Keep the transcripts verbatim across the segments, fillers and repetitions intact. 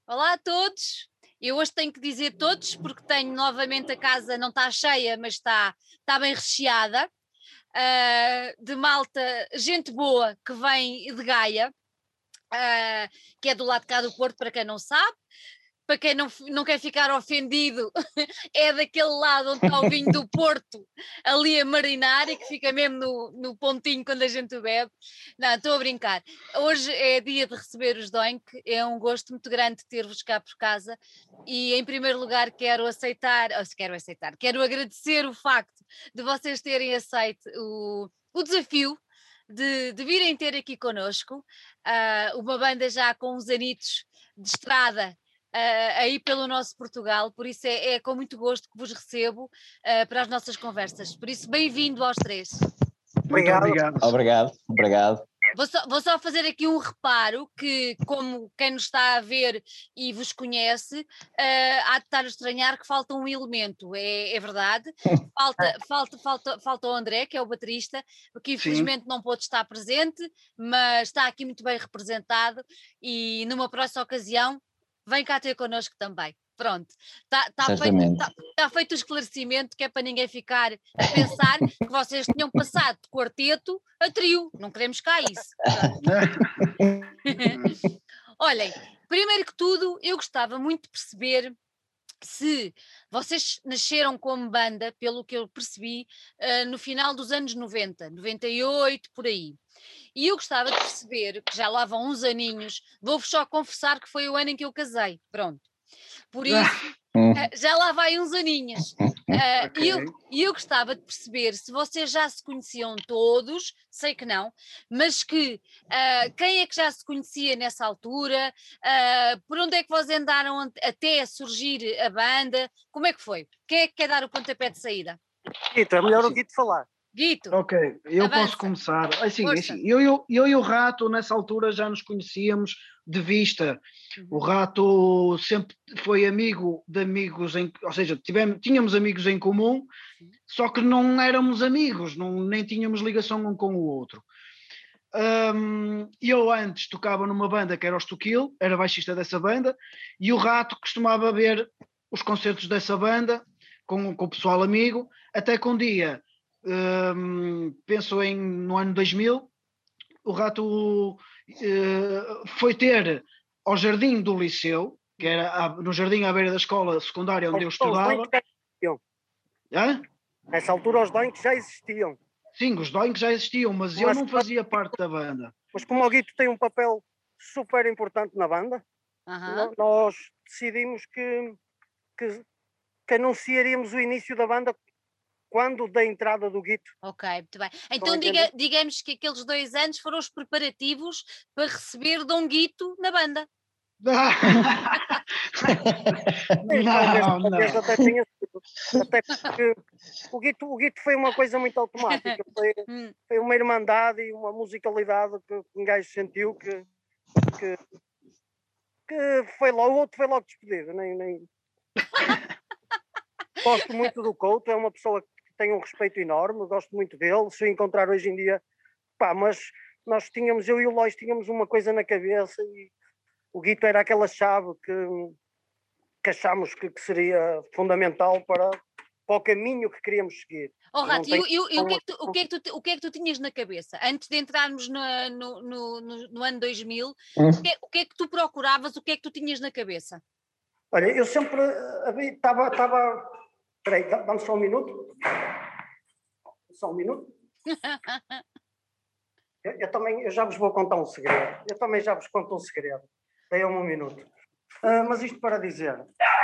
Olá a todos. Eu hoje tenho que dizer todos, porque tenho novamente a casa, não está cheia, mas está, está bem recheada, ah, de malta, gente boa que vem de Gaia, ah, que é do lado de cá do Porto, para quem não sabe. Para quem não, não quer ficar ofendido, é daquele lado onde está o vinho do Porto, ali a marinar e que fica mesmo no, no pontinho quando a gente bebe. Não, estou a brincar. Hoje é dia de receber os Doink, é um gosto muito grande ter-vos cá por casa e em primeiro lugar quero aceitar, ou se quero aceitar, quero agradecer o facto de vocês terem aceito o, o desafio de, de virem ter aqui connosco, uh, uma banda já com uns anitos de estrada uh, aí pelo nosso Portugal, por isso é, é com muito gosto que vos recebo uh, para as nossas conversas. Por isso, bem-vindo aos três. Muito obrigado. Obrigado, obrigado. Vou só, vou só fazer aqui um reparo que, como quem nos está a ver e vos conhece, uh, há de estar a estranhar que falta um elemento, é, é verdade. Falta, falta, falta, falta o André, que é o baterista, que infelizmente Sim. não pôde estar presente, mas está aqui muito bem representado e numa próxima ocasião vem cá ter connosco também. Pronto, está tá feito, tá, tá feito o esclarecimento, que é para ninguém ficar a pensar que vocês tinham passado de quarteto a trio, não queremos cá isso. Olhem, primeiro que tudo, eu gostava muito de perceber se vocês nasceram como banda, pelo que eu percebi, uh, no final dos anos noventa, noventa e oito, por aí. E eu gostava de perceber, que já lá vão uns aninhos, vou-vos só confessar que foi o ano em que eu casei, pronto. Por isso, uh, já lá vai uns aninhos. Uh, okay. E eu, eu gostava de perceber se vocês já se conheciam todos, sei que não, mas que uh, quem é que já se conhecia nessa altura, uh, por onde é que vocês andaram até surgir a banda, como é que foi? Quem é que quer dar o pontapé de saída? Guito, é melhor o Guito falar. Guito. Ok, eu avança. Posso começar. Assim, assim eu, eu, eu e o Rato nessa altura já nos conhecíamos de vista. Uhum. O Rato sempre foi amigo de amigos, em, ou seja, tivemos, tínhamos amigos em comum, uhum. só que não éramos amigos, não, nem tínhamos ligação um com o outro. Um, eu antes tocava numa banda que era o Stukill, era baixista dessa banda, e o Rato costumava ver os concertos dessa banda com, com o pessoal amigo, até que um dia... Um, penso em no ano dois mil, o Rato uh, foi ter ao jardim do liceu, que era a, no jardim à beira da escola secundária onde eu estudava. Hã? Nessa altura os Doinks já existiam. Sim, os Doinks já existiam, mas, mas eu não fazia parte da banda. Mas como o Guito tem um papel super importante na banda, uh-huh. nós decidimos que, que, que anunciaríamos o início da banda quando da entrada do Guito. Ok, muito bem. Então diga, digamos que aqueles dois anos foram os preparativos para receber Dom Guito na banda. Não, não, não. Até, tenha, até porque o Guito, o Guito foi uma coisa muito automática, foi, foi uma irmandade e uma musicalidade que um gajo sentiu que, que, que foi logo, o outro foi logo despedido. Nem, nem... Gosto muito do Couto, é uma pessoa que tenho um respeito enorme, gosto muito dele, se eu encontrar hoje em dia, pá, mas nós tínhamos, eu e o Lois tínhamos uma coisa na cabeça e o Guito era aquela chave que, que achámos que, que seria fundamental para, para o caminho que queríamos seguir. Oh Rato, e, e, e o, que é que tu, o, que é que tu, o que é que tu tinhas na cabeça? Antes de entrarmos no, no, no, no, no ano dois mil, hum. o, que é, o que é que tu procuravas, o que é que tu tinhas na cabeça? Olha, eu sempre estava... estava Espera aí, dá-me só um minuto. Só um minuto. eu, eu também, eu já vos vou contar um segredo. Eu também já vos conto um segredo. Dei-me um minuto. Uh, mas isto para dizer...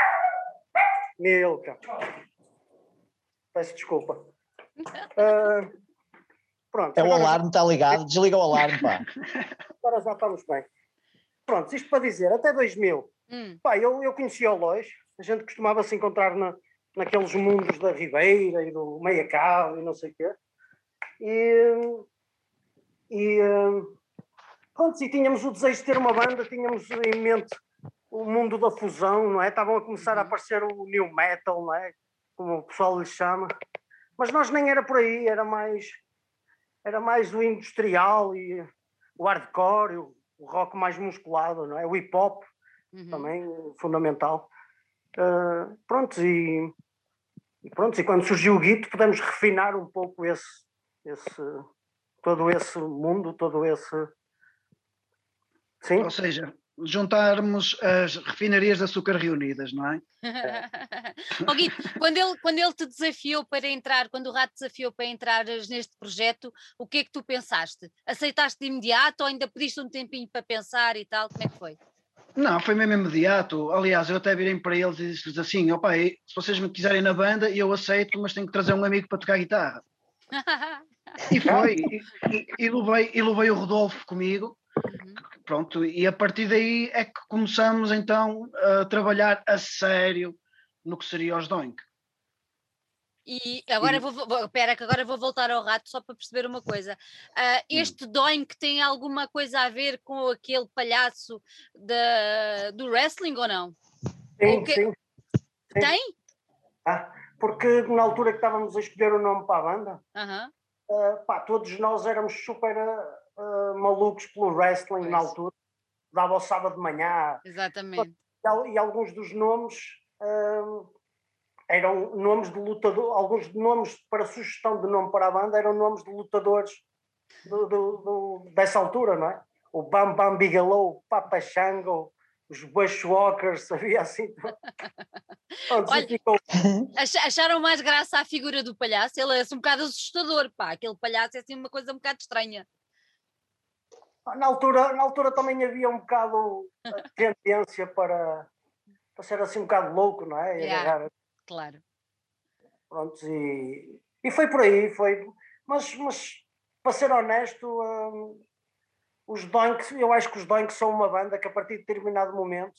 Milka. Peço desculpa. Uh, pronto. É o alarme, está ligado. Desliga o alarme, pá. Agora já estamos bem. Pronto, isto para dizer, até dois mil. Hum. Pá, eu, eu conhecia o Lois. A gente costumava se encontrar na... naqueles mundos da Ribeira e do Meia Cabo e não sei o quê. E, e, pronto, e tínhamos o desejo de ter uma banda, tínhamos em mente o mundo da fusão, não é? Estavam a começar a aparecer o new metal, não é? Como o pessoal lhe chama. Mas nós nem era por aí, era mais, era mais o industrial e o hardcore, o, o rock mais musculado, não é? O hip-hop. uhum. também fundamental. Uh, pronto, e, e pronto, e quando surgiu o Guito, podemos refinar um pouco esse, esse, todo esse mundo, todo esse... Sim. Ou seja, juntarmos as refinarias de açúcar reunidas, não é? Oh, Guito, quando ele, quando ele te desafiou para entrar, quando o Rato desafiou para entrar neste projeto, o que é que tu pensaste? Aceitaste de imediato ou ainda pediste um tempinho para pensar e tal? Como é que foi? Não, foi mesmo imediato. Aliás, eu até virei para eles e disse assim, opa, se vocês me quiserem na banda, eu aceito, mas tenho que trazer um amigo para tocar guitarra. E foi, e, e, e, levei, e levei o Rodolfo comigo, uhum. Pronto, e a partir daí é que começamos então a trabalhar a sério no que seria os Doink. E agora e... vou, vou, espera que agora vou voltar ao Rato só para perceber uma coisa. Uh, este hum. Doink tem alguma coisa a ver com aquele palhaço de, do wrestling ou não? Sim, que... sim. Tem? Sim. Ah, porque na altura que estávamos a escolher o nome para a banda, uh-huh. uh, pá, todos nós éramos super uh, malucos pelo wrestling pois. Na altura. Dava ao sábado de manhã. Exatamente. E, e alguns dos nomes... Uh, eram nomes de lutador, alguns nomes para sugestão de nome para a banda eram nomes de lutadores do, do, do, dessa altura, não é? O Bam Bam Bigelow, o Papa Shango, os Bushwalkers, havia assim. Olha, ficou... acharam mais graça à figura do palhaço? Ele é assim um bocado assustador, pá. Aquele palhaço é assim uma coisa um bocado estranha. Na altura, na altura também havia um bocado a tendência para, para ser assim um bocado louco, não é? E yeah. agarrar... Claro. Pronto, e, e foi por aí, foi. Mas, mas para ser honesto, um, os Doink, eu acho que os Doink são uma banda que a partir de determinado momento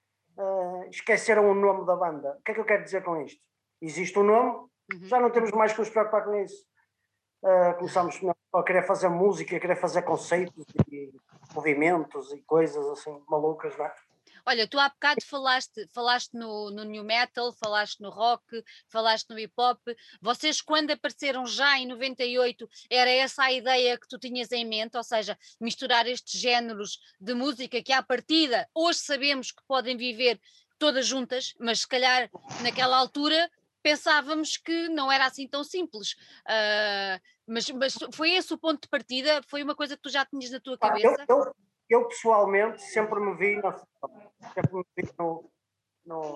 uh, esqueceram o nome da banda. O que é que eu quero dizer com isto? Existe um nome, uhum. já não temos mais que nos preocupar com isso. Uh, começamos a querer fazer música, a querer fazer conceitos e movimentos e coisas assim malucas, não é? Olha, tu há bocado falaste, falaste no, no new metal, falaste no rock, falaste no hip hop. Vocês, quando apareceram já em noventa e oito, era essa a ideia que tu tinhas em mente? Ou seja, misturar estes géneros de música que à partida hoje sabemos que podem viver todas juntas, mas se calhar naquela altura pensávamos que não era assim tão simples. Uh, mas, mas foi esse o ponto de partida? Foi uma coisa que tu já tinhas na tua cabeça? Eu, eu, eu pessoalmente sempre me vi na sempre me vi no, no,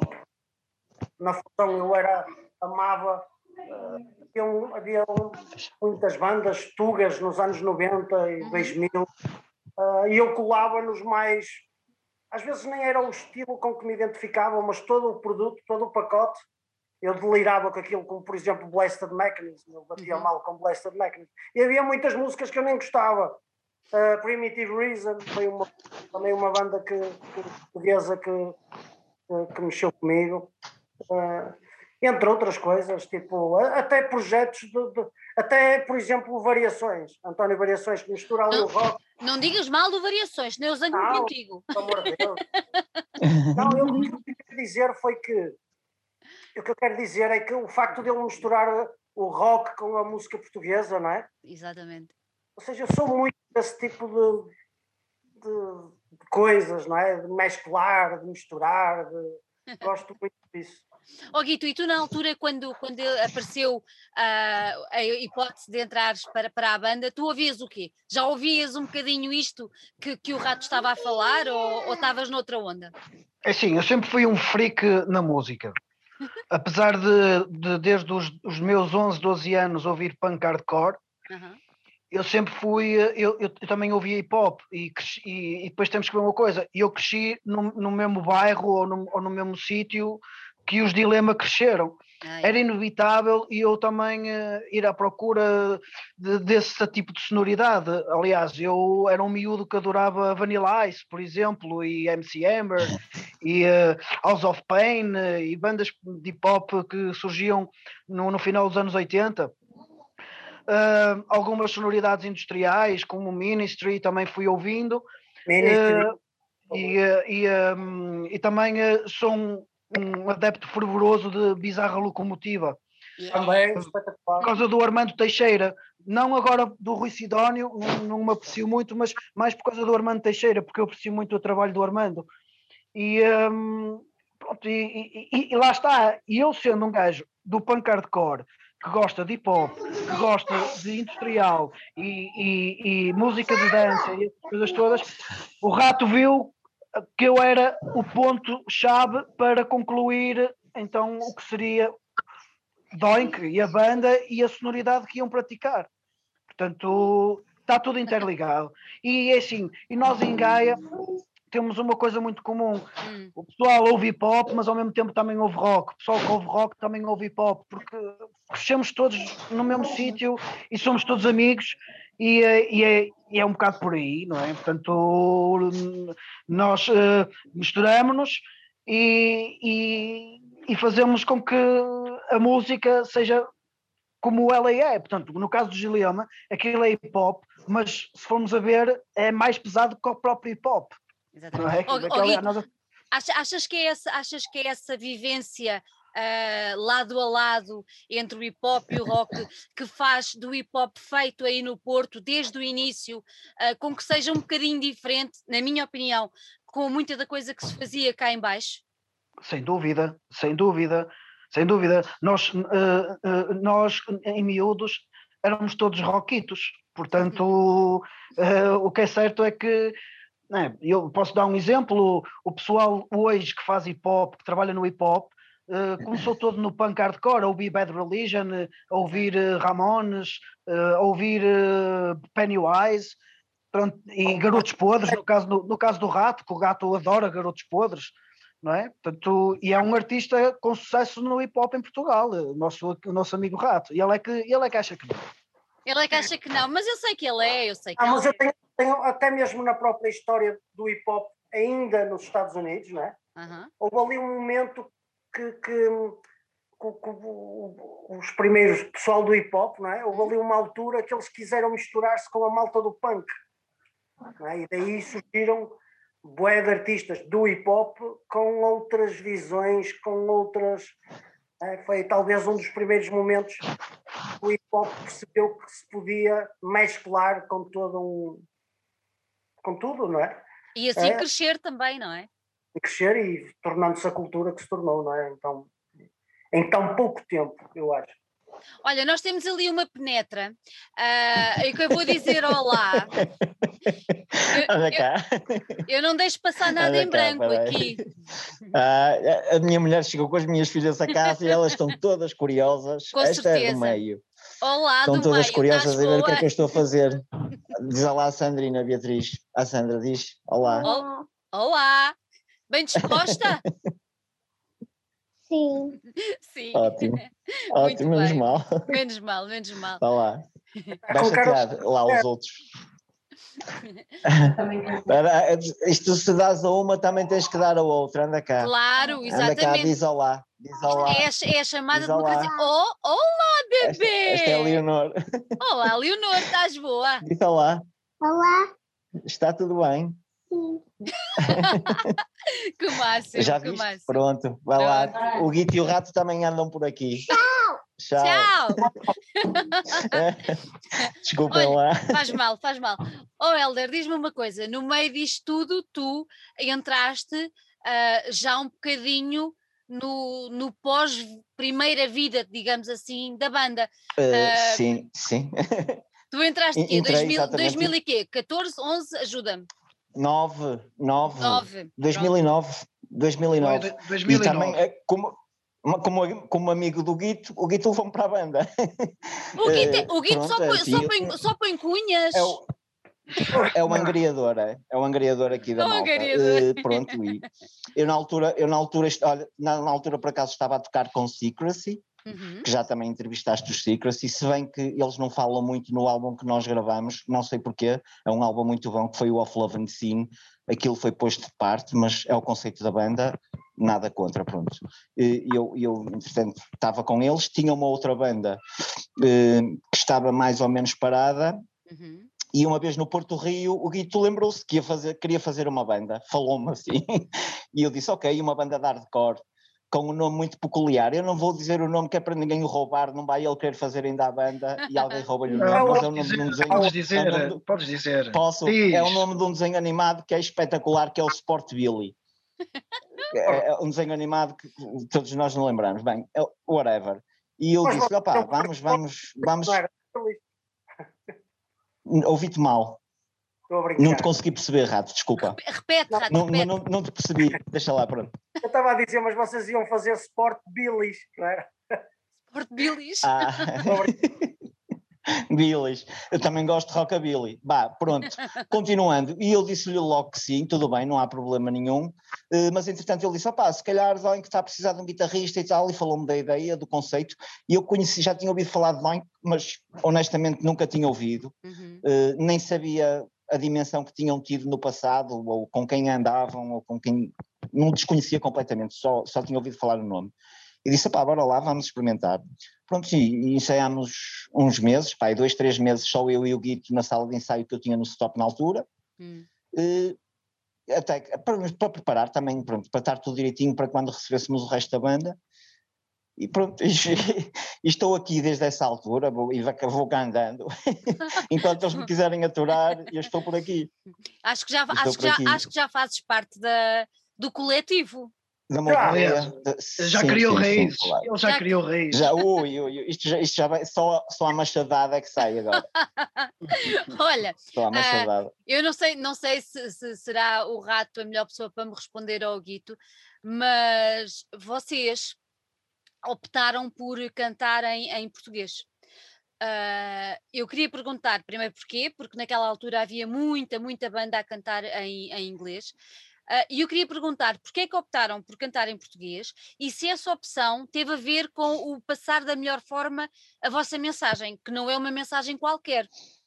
na função, eu era, amava, uh, havia, um, havia um, muitas bandas tugas nos anos noventa e dois mil, uh, e eu colava nos mais, às vezes nem era o estilo com que me identificava, mas todo o produto, todo o pacote, eu delirava com aquilo, como por exemplo Blasted Mechanism, eu batia uhum. mal com Blasted Mechanism, e havia muitas músicas que eu nem gostava. Uh, Primitive Reason foi uma, também uma banda que, que, portuguesa que, que, que mexeu comigo, uh, entre outras coisas, tipo, até projetos, de, de, até por exemplo Variações, António Variações, que mistura ali não, o rock. Não digas mal do Variações, nem eu zango contigo. Pelo amor de Deus. Não, eu, o que eu quero dizer foi que, o que eu quero dizer é que o facto de ele misturar o rock com a música portuguesa, não é? Exatamente. Ou seja, eu sou muito desse tipo de, de, de coisas, não é? De mesclar, de misturar, de... gosto muito disso. Oh Guito, e tu na altura quando, quando apareceu uh, a hipótese de entrares para, para a banda, tu ouvias o quê? Já ouvias um bocadinho isto que, que o Rato estava a falar ou, ou estavas noutra onda? É sim, eu sempre fui um freak na música. Apesar de, de desde os, os meus onze, doze anos ouvir punk hardcore, uh-huh. eu sempre fui, eu, eu, eu também ouvia hip hop e, cresci, e, e depois temos que ver uma coisa, eu cresci no, no mesmo bairro ou no, ou no mesmo sítio que os Dilema cresceram. Ai. Era inevitável e eu também uh, ir à procura de, desse tipo de sonoridade. Aliás, eu era um miúdo que adorava Vanilla Ice, por exemplo, e M C Hammer, e uh, House of Pain, uh, e bandas de hip-hop que surgiam no, no final dos anos oitenta. Uh, algumas sonoridades industriais, como o Ministry, também fui ouvindo. Ministry. Uh, e, uh, e, um, e também uh, sou um um adepto fervoroso de Bizarra Locomotiva. Também, espetacular. Por causa do Armando Teixeira. Não agora do Rui Sidónio, não, não me aprecio muito, mas mais por causa do Armando Teixeira, porque eu aprecio muito o trabalho do Armando. E, um, pronto, e, e, e lá está, e eu sendo um gajo do punk hardcore, que gosta de hip hop, que gosta de industrial e, e, e música de dança e essas coisas todas, o Rato viu que eu era o ponto-chave para concluir então o que seria Doink e a banda e a sonoridade que iam praticar. Portanto, está tudo interligado. E é assim, e nós em Gaia temos uma coisa muito comum. Hum. O pessoal ouve hip hop, mas ao mesmo tempo também ouve rock. O pessoal que ouve rock também ouve hip hop, porque crescemos todos no mesmo sítio e somos todos amigos, e, e, é, e é um bocado por aí, não é? Portanto, nós uh, misturamos-nos e, e, e fazemos com que a música seja como ela é. Portanto, no caso do Gilioma, aquilo é hip hop, mas se formos a ver, é mais pesado que o próprio hip hop. Exatamente. É? Oh, oh, Gui, nós... achas, que é essa, achas que é essa vivência uh, lado a lado entre o hip hop e o rock que faz do hip hop feito aí no Porto desde o início uh, com que seja um bocadinho diferente, na minha opinião, com muita da coisa que se fazia cá em baixo? Sem dúvida, sem dúvida, sem dúvida. Nós, uh, uh, nós em miúdos, éramos todos rockitos, portanto, uh, o que é certo é que É, eu posso dar um exemplo, o pessoal hoje que faz hip hop, que trabalha no hip hop, uh, começou todo no punk hardcore, a ouvir Bad Religion, a ouvir uh, Ramones, uh, a ouvir uh, Pennywise, pronto, e Garotos Podres, no caso, no, no caso do Rato, que o Gato adora Garotos Podres, não é? Portanto, e é um artista com sucesso no hip hop em Portugal, o nosso, o nosso amigo Rato, e ele é que, ele é que acha que não. Ele é que acha que não, mas eu sei que ele é, eu sei que ah, ele mas é. Eu tenho, tenho, até mesmo na própria história do hip hop, ainda nos Estados Unidos, não é? Uhum. Houve ali um momento que, que, que, que os primeiros, pessoal do hip hop, não é? Houve ali uma altura que eles quiseram misturar-se com a malta do punk, não é? E daí surgiram bué de artistas do hip hop com outras visões, com outras... É, foi talvez um dos primeiros momentos que o hip hop percebeu que se podia mesclar com todo um... com tudo, não é? E assim é, crescer também, não é? E crescer e tornando-se a cultura que se tornou, não é? Então, em tão pouco tempo, eu acho. Olha, nós temos ali uma penetra, uh, e que eu vou dizer olá. Eu, Anda cá. Eu, eu não deixo passar nada Anda em cá, branco peraí. aqui. Ah, a minha mulher chegou com as minhas filhas a casa e elas estão todas curiosas. Com Esta certeza. é do meio. Olá, estão do todas meio. curiosas Estás a ver boa? o que é que eu estou a fazer. Diz olá a Sandrina, Beatriz. A Sandra diz olá. Oh, olá. Bem disposta? Sim. Sim. Ótimo. Ótimo, menos bem. mal. Menos mal, menos mal. Olá. Vai chatear lá os outros. Isto se dás a uma também tens que dar a outra, anda cá. Claro, exatamente. Anda cá, diz olá. Diz olá. É, é a chamada diz democracia. Oh, olá, bebê! Esta, esta é a Leonor. Olá, Leonor, estás boa? Diz olá. Olá. Está tudo bem? Sim. Que máximo, já que viste? máximo. Pronto, vai Pronto. lá. O Guito e o Rato também andam por aqui. Tchau! Tchau! Tchau. Desculpem Olha, lá. Faz mal, faz mal. Oh, Helder, diz-me uma coisa, no meio disto tudo, tu entraste uh, já um bocadinho no, no pós-primeira vida, digamos assim, da banda. Uh, uh, sim, sim. Tu entraste Entrei, dois mil, dois mil e quê? catorze, onze, ajuda-me. nove, nove, nove. dois mil e nove, dois mil e nove. dois mil e nove. E também, como, como, como amigo do Guito, o Guito levou-me para a banda. O Guito, o Guito só, põe, só, põe, só põe cunhas. É o, é o angriador, é, é o angriador aqui da é malta. Uh, pronto, e eu na altura, eu na altura, olha, na, na altura por acaso estava a tocar com Secrecy, uhum. que já também entrevistaste os Secrecy, se bem que eles não falam muito no álbum que nós gravamos, não sei porquê, é um álbum muito bom que foi o Of Love and Sin, aquilo foi posto de parte, mas é o conceito da banda, nada contra, pronto. E eu, eu, entretanto, estava com eles, tinha uma outra banda uh, que estava mais ou menos parada, uhum. E uma vez no Porto Rio, o Guito lembrou-se que ia fazer, queria fazer uma banda, falou-me assim, e eu disse, ok, uma banda de hardcore, com um nome muito peculiar, eu não vou dizer o nome que é para ninguém o roubar, não vai ele querer fazer ainda a banda e alguém rouba-lhe o nome, não, mas é o nome de um desenho... Podes dizer, é um podes dizer. Posso? Diz. É o nome de um desenho animado que é espetacular, que é o Sport Billy. É um desenho animado que todos nós não lembramos. Bem, whatever. E eu disse, opá, vamos, vamos, vamos... Ouvi-te mal. Não te consegui perceber, Rato, desculpa. Repete, Rato, não, repete. Não, não, não te percebi, deixa lá, pronto. Eu estava a dizer, mas vocês iam fazer Sport Billies, não era? Sport Billies? Ah. Billies, eu também gosto de rockabilly. Bah, pronto, continuando. E eu disse-lhe logo que sim, tudo bem, não há problema nenhum. Uh, mas entretanto ele disse, opá, se calhar Doink está a precisar de um guitarrista e tal, e falou-me da ideia, do conceito, e eu conheci, já tinha ouvido falar de Doink, mas honestamente nunca tinha ouvido, uhum. uh, nem sabia a dimensão que tinham tido no passado, ou com quem andavam, ou com quem... Não desconhecia completamente, só, só tinha ouvido falar o nome. E disse, pá, bora lá, vamos experimentar. Pronto, e ensaiámos uns meses, pá, dois, três meses, só eu e o Guito na sala de ensaio que eu tinha no stop na altura, hum. e, até para, para preparar também, pronto, para estar tudo direitinho para quando recebêssemos o resto da banda. E pronto, e, e estou aqui desde essa altura, vou, e vou cá andando. Enquanto eles me quiserem aturar, eu estou por aqui. Acho que já, acho que já, acho que já fazes parte da, do coletivo. Da montanha, já sim, criou sim, raízes, sim, claro. Ele já, já criou raízes. Já, ui, ui, isto já, isto já vai, só, só a machadada é que sai agora. Olha, só a machadada. Uh, eu não sei, não sei se, se será o Rato a melhor pessoa para me responder ao Guito, mas vocês optaram por cantar em, em português. Uh, eu queria perguntar primeiro porquê, porque naquela altura havia muita, muita banda a cantar em, em inglês. Uh, e eu queria perguntar porquê é que optaram por cantar em português e se essa opção teve a ver com o passar da melhor forma a vossa mensagem, que não é uma mensagem qualquer.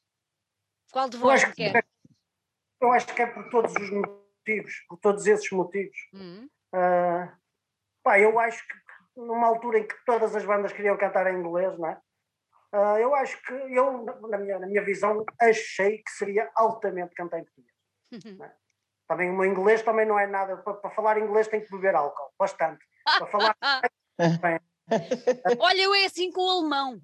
Qual de vós eu acho quer? Que, eu acho que é por todos os motivos, por todos esses motivos. Uhum. Uh, pá, eu acho que numa altura em que todas as bandas queriam cantar em inglês, não é? Uh, eu acho que eu, na minha, na minha visão, achei que seria altamente cantar em português. Uhum. Não é? Também o meu inglês também não é nada. Para, para falar inglês tem que beber álcool, bastante. Para falar. Bem. Olha, eu é assim com o alemão.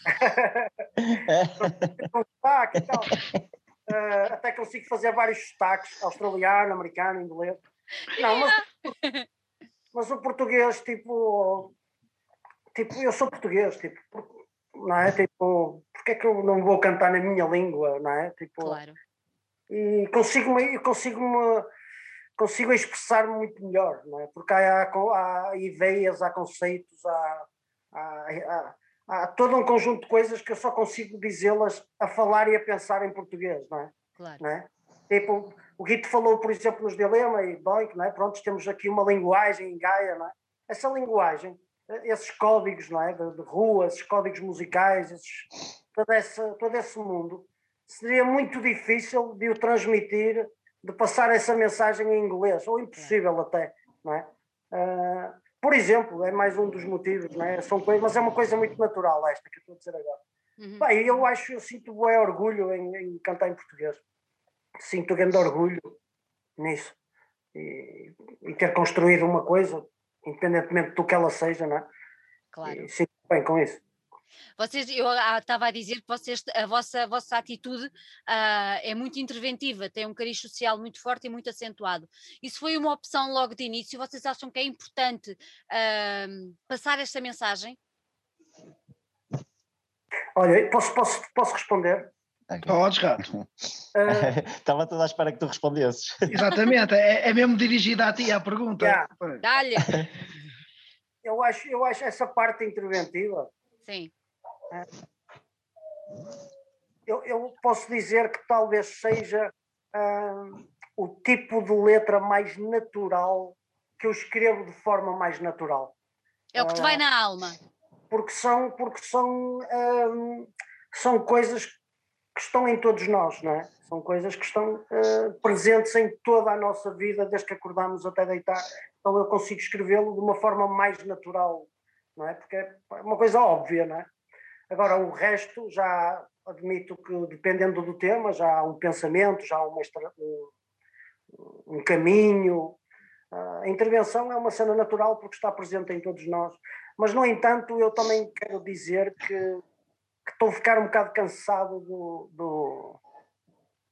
Sotaque e tal. Uh, até consigo fazer vários sotaques: australiano, americano, inglês. Não, mas, mas o português, tipo. Tipo, eu sou português, tipo. Não é? Tipo, porque é que eu não vou cantar na minha língua, não é? Tipo. Claro. E consigo-me. Consigo-me consigo expressar-me muito melhor, não é? Porque há, há, há ideias, há conceitos, há, há, há, há todo um conjunto de coisas que eu só consigo dizê-las a falar e a pensar em português, não é? Claro. Não é? Tipo, o Guito falou, por exemplo, nos Dilema e Doink, não é? Pronto, temos aqui uma linguagem em Gaia, não é? Essa linguagem, esses códigos, não é? De, de rua, esses códigos musicais, esses, todo, esse, todo esse mundo, seria muito difícil de o transmitir, de passar essa mensagem em inglês, ou impossível até, não é? Uh, por exemplo, é mais um dos motivos, não é? São coisas, mas é uma coisa muito natural esta que eu estou a dizer agora. Uhum. Bem, eu acho, eu sinto bué orgulho em, em cantar em português. Sinto grande orgulho nisso. E, e ter construído uma coisa, independentemente do que ela seja, não é? Claro. E sinto bem com isso. Vocês, eu estava a dizer que vocês, a, vossa, a vossa atitude uh, é muito interventiva, tem um cariz social muito forte e muito acentuado. Isso foi uma opção logo de início? Vocês acham que é importante uh, passar esta mensagem? Olha, posso, posso, posso responder? Podes, Rato. Uh, Estava toda à espera que tu respondesses. Exatamente, é, é mesmo dirigida a ti a pergunta. Yeah. Dá-lhe. Eu acho, eu acho essa parte interventiva. Sim. Eu, eu posso dizer que talvez seja uh, o tipo de letra mais natural que eu escrevo de forma mais natural. É o que te vai na alma. Porque são, porque são, uh, são coisas que estão em todos nós, não é? São coisas que estão uh, presentes em toda a nossa vida, desde que acordamos até deitar. Então eu consigo escrevê-lo de uma forma mais natural, não é? Porque é uma coisa óbvia, não é? Agora, o resto, já admito que, dependendo do tema, já há um pensamento, já há uma extra, um, um caminho. A intervenção é uma cena natural porque está presente em todos nós. Mas, no entanto, eu também quero dizer que, que estou a ficar um bocado cansado do, do,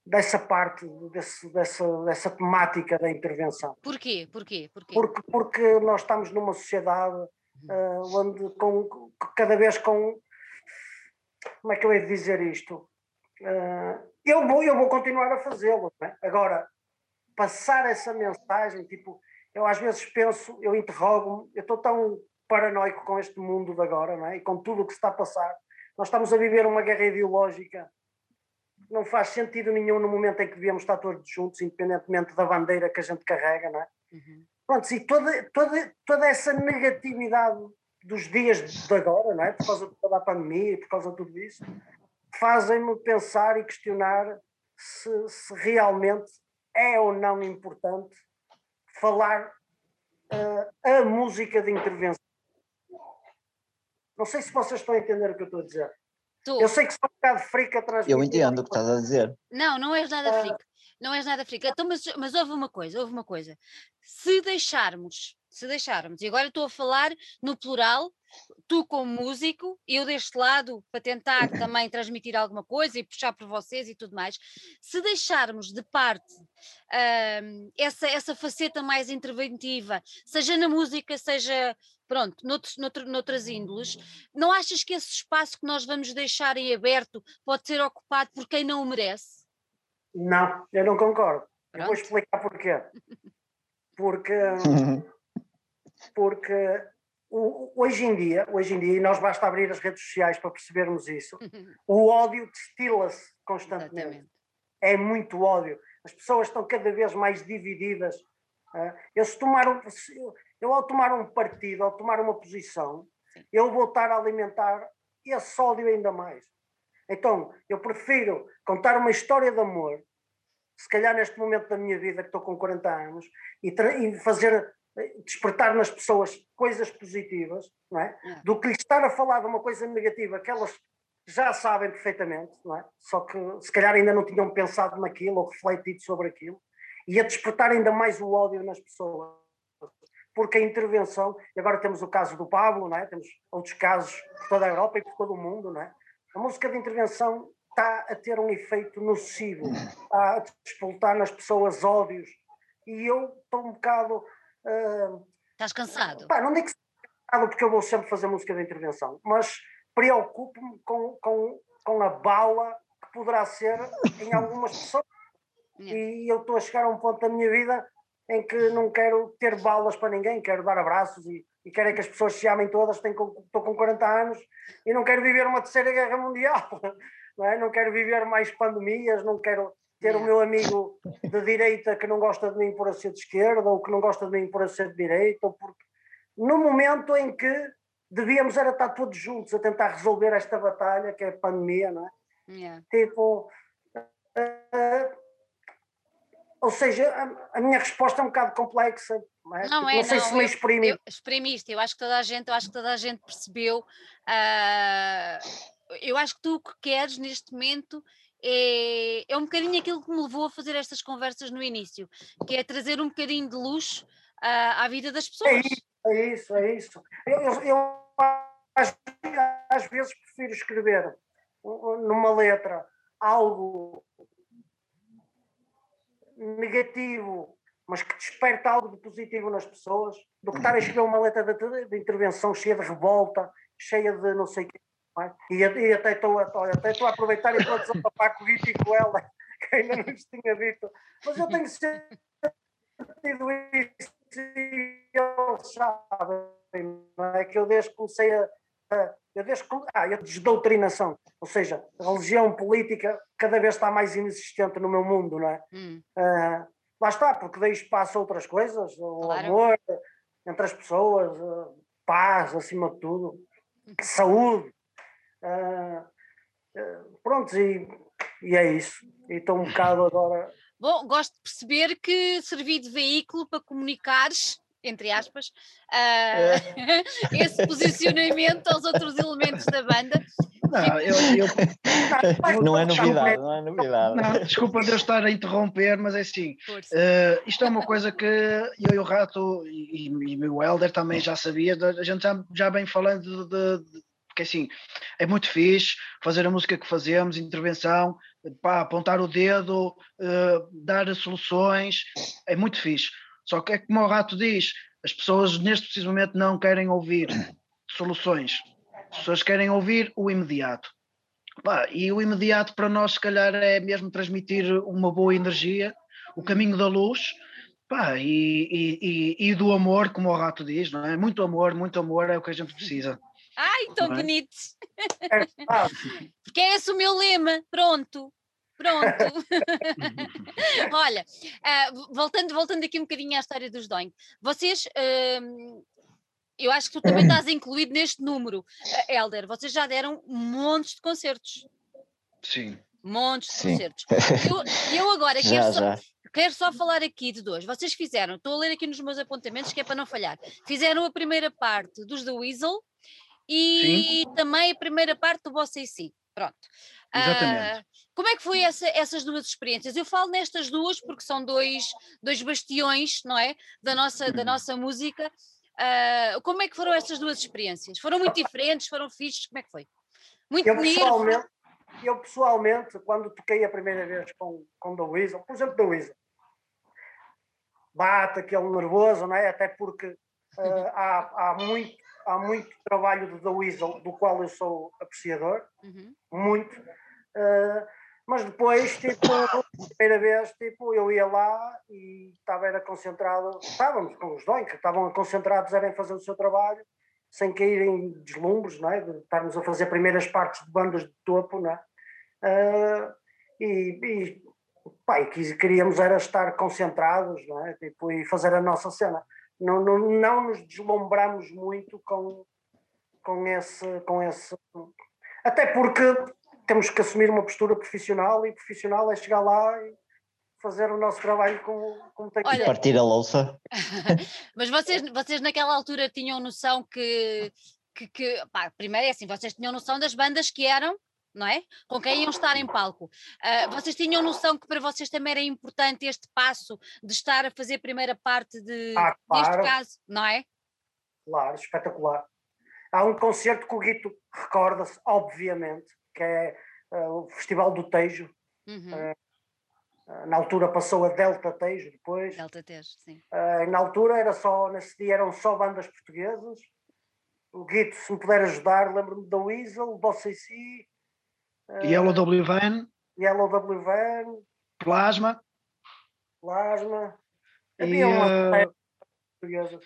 dessa parte, desse, dessa, dessa temática da intervenção. Porquê? Porquê? Porquê? Porque, porque nós estamos numa sociedade uh, onde com, cada vez com... Como é que eu hei de dizer isto? Uh, eu, vou, eu vou continuar a fazê-lo, não é? Agora, passar essa mensagem, tipo, eu às vezes penso, eu interrogo-me, eu estou tão paranoico com este mundo de agora, não é? E com tudo o que se está a passar. Nós estamos a viver uma guerra ideológica. Não faz sentido nenhum no momento em que devíamos estar todos juntos, independentemente da bandeira que a gente carrega, não é? Uhum. Pronto, e toda, toda, toda essa negatividade dos dias de agora, não é? Por causa de toda a pandemia e por causa de tudo isso, fazem-me pensar e questionar se, se realmente é ou não importante falar uh, a música de intervenção. Não sei se vocês estão a entender o que eu estou a dizer. Tu. Eu sei que sou um bocado frica atrás. Eu entendo o que estás a dizer. Não, não és nada frica. Não és nada frica. Então, mas, mas houve uma coisa, houve uma coisa. Se deixarmos, se deixarmos, e agora estou a falar no plural, tu como músico, eu deste lado para tentar também transmitir alguma coisa e puxar por vocês e tudo mais, se deixarmos de parte um, essa, essa faceta mais interventiva, seja na música, seja, pronto, noutros, noutro, noutras índoles, não achas que esse espaço que nós vamos deixar em aberto pode ser ocupado por quem não o merece? Não, eu não concordo. Pronto. Eu vou explicar porquê. Porque... porque hoje em dia, hoje em dia, e nós basta abrir as redes sociais para percebermos isso, o ódio destila-se constantemente. Exatamente. É muito ódio. As pessoas estão cada vez mais divididas. Eu, se tomar um, eu ao tomar um partido, ao tomar uma posição, sim, eu vou estar a alimentar esse ódio ainda mais. Então, eu prefiro contar uma história de amor, se calhar neste momento da minha vida, que estou com quarenta anos, e, e fazer... despertar nas pessoas coisas positivas, não é? É. Do que lhe estar a falar de uma coisa negativa que elas já sabem perfeitamente, não é? Só que se calhar ainda não tinham pensado naquilo ou refletido sobre aquilo, e a despertar ainda mais o ódio nas pessoas. Porque a intervenção, e agora temos o caso do Pablo, não é? Temos outros casos por toda a Europa e por todo o mundo, não é? A música de intervenção está a ter um efeito nocivo, está a despoltar nas pessoas ódios, e eu estou um bocado... Uh, Estás cansado? Pá, não digo que estou cansado porque eu vou sempre fazer música de intervenção, mas preocupo-me com, com, com a bala que poderá ser em algumas pessoas. Yeah. E eu estou a chegar a um ponto da minha vida em que não quero ter balas para ninguém, quero dar abraços e, e quero que as pessoas se amem todas. Tenho, estou com quarenta anos e não quero viver uma terceira guerra mundial, não é? Não quero viver mais pandemias, não quero... ter o meu amigo de direita que não gosta de mim por ser de esquerda, ou que não gosta de mim por ser de direita, ou porque... no momento em que devíamos era estar todos juntos a tentar resolver esta batalha, que é a pandemia, não é? Yeah. Tipo... Uh, ou seja, a, a minha resposta é um bocado complexa, não é? Não, tipo, é, não sei não, se me exprimi. Eu, eu exprimiste, eu acho que toda a gente, eu acho que toda a gente percebeu. Uh, eu acho que tu o que queres neste momento... É, é um bocadinho aquilo que me levou a fazer estas conversas no início, que é trazer um bocadinho de luz uh, à vida das pessoas. É isso, é isso. É isso. Eu, eu, eu às, às vezes prefiro escrever numa letra algo negativo, mas que desperta algo de positivo nas pessoas, do que estar a escrever uma letra de, de intervenção cheia de revolta, cheia de não sei o que. E, e até estou a, até estou a aproveitar e estou a desabafar com o Guito e com ela, que ainda não lhes tinha dito. Mas eu tenho sentido isso e eles sabem, não é? Que eu desde que comecei a... a eu desde que, ah, a desdoutrinação, ou seja, a religião política cada vez está mais inexistente no meu mundo, não é? Hum. Uh, lá está, porque dei espaço a outras coisas, o claro. Amor entre as pessoas, paz acima de tudo, saúde. Uh, uh, pronto, e, e é isso. E estou um bocado agora. Bom, gosto de perceber que servi de veículo para comunicares, entre aspas, uh, esse posicionamento aos outros elementos da banda. Não, eu, eu... não é novidade, não é novidade. Não, desculpa de eu estar a interromper, mas é assim, uh, isto é uma coisa que eu e o Rato e, e, e o Helder também já sabia, a gente já, já vem falando de, de porque assim, é muito fixe fazer a música que fazemos, intervenção, pá, apontar o dedo, uh, dar soluções, é muito fixe. Só que é como o Rato diz, as pessoas neste preciso momento não querem ouvir soluções, as pessoas querem ouvir o imediato. Pá, e o imediato para nós se calhar é mesmo transmitir uma boa energia, o caminho da luz, pá, e, e, e, e do amor, como o Rato diz, não é? Muito amor, muito amor é o que a gente precisa. Ai, tão é? bonito! Porque é esse o meu lema, pronto. Pronto. Olha, uh, voltando, voltando aqui um bocadinho à história dos Doink, vocês, uh, eu acho que tu também estás incluído neste número, uh, Hélder, vocês já deram montes de concertos. Sim. Montes de Sim. concertos. E eu, eu agora já, quero, já. Só, quero só falar aqui de dois. Vocês fizeram, estou a ler aqui nos meus apontamentos que é para não falhar, fizeram a primeira parte dos The Weasel e Sim. também a primeira parte do Bossa e Si. Pronto. Exatamente. Uh, como é que foi essa, essas duas experiências? Eu falo nestas duas porque são dois, dois bastiões, não é? Da nossa, da nossa música. Uh, como é que foram essas duas experiências? Foram muito diferentes? Foram fixes? Como é que foi? Muito eu pessoalmente, eu pessoalmente, quando toquei a primeira vez com, com The Weasel, por exemplo, The Weasel, bate aquele nervoso, não é? Até porque uh, há, há muito há muito trabalho do The Weasel, do qual eu sou apreciador, uhum. muito, uh, mas depois, tipo, a primeira vez, tipo, eu ia lá e estava era concentrado, estávamos com os Doink, que estavam concentrados era em fazer o seu trabalho, sem cair em deslumbres, não é? De estarmos a fazer primeiras partes de bandas de topo, não é? Uh, e, e, pá, e queríamos era estar concentrados, não é? Tipo, e fazer a nossa cena. Não, não, não nos deslumbramos muito com, com, esse, com esse... Até porque temos que assumir uma postura profissional, e profissional é chegar lá e fazer o nosso trabalho como, como tem que ser. Partir a louça. Mas vocês, vocês naquela altura tinham noção que... que, que pá, primeiro é assim, vocês tinham noção das bandas que eram, não é? Com quem iam estar em palco. Uh, vocês tinham noção que para vocês também era importante este passo de estar a fazer a primeira parte de, ah, claro. neste caso, não é? Claro, espetacular. Há um concerto que o Guito recorda-se, obviamente, que é uh, o Festival do Tejo. Uhum. Uh, na altura passou a Delta Tejo depois. Delta Tejo, sim. Uh, na altura era só, nesse dia eram só bandas portuguesas. O Guito, se me puder ajudar, lembro-me da Weasel, Bossa e Si, Uh, Yellow W Van, Yellow W Van, Plasma, Plasma, havia uma portuguesa.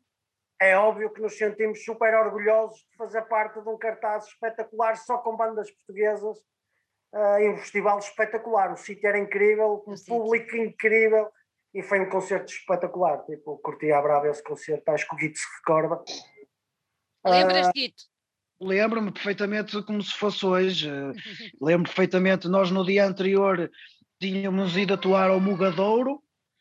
É óbvio que nos sentimos super orgulhosos de fazer parte de um cartaz espetacular só com bandas portuguesas uh, em um festival espetacular. O sítio era incrível, um público incrível e foi um concerto espetacular. Tipo, curti a brava esse concerto, acho que o Guito se recorda. Lembras, Guito? Uh, Lembro-me perfeitamente como se fosse hoje. Lembro perfeitamente, nós no dia anterior tínhamos ido atuar ao Mugadouro,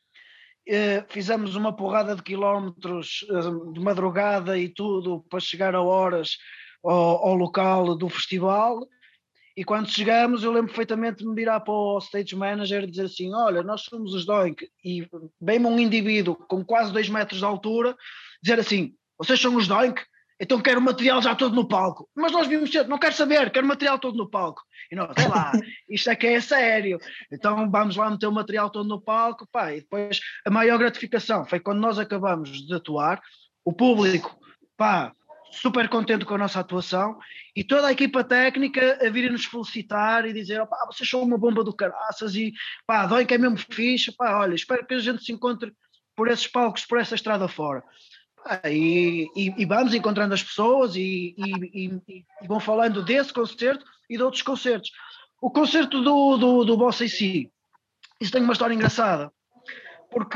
eh, fizemos uma porrada de quilómetros eh, de madrugada e tudo para chegar a horas ao, ao local do festival, e quando chegamos eu lembro perfeitamente de me virar para o stage manager e dizer assim, olha, nós somos os Doink, e bem-me um indivíduo com quase dois metros de altura, dizer assim, vocês são os Doink? Então quero o material já todo no palco. Mas nós vimos cedo, não quero saber, quero o material todo no palco. E nós, sei lá, isto é que é sério. Então vamos lá meter o material todo no palco, pá, e depois a maior gratificação foi quando nós acabamos de atuar, o público, pá, super contente com a nossa atuação, e toda a equipa técnica a vir-nos felicitar e dizer, pá, vocês são uma bomba do caraças, e pá, dói que é mesmo fixe, pá, olha, espero que a gente se encontre por esses palcos, por essa estrada fora. Ah, e, e, e vamos encontrando as pessoas e, e, e, e vão falando desse concerto e de outros concertos. O concerto do, do, do Bossa e Si, isso tem uma história engraçada, porque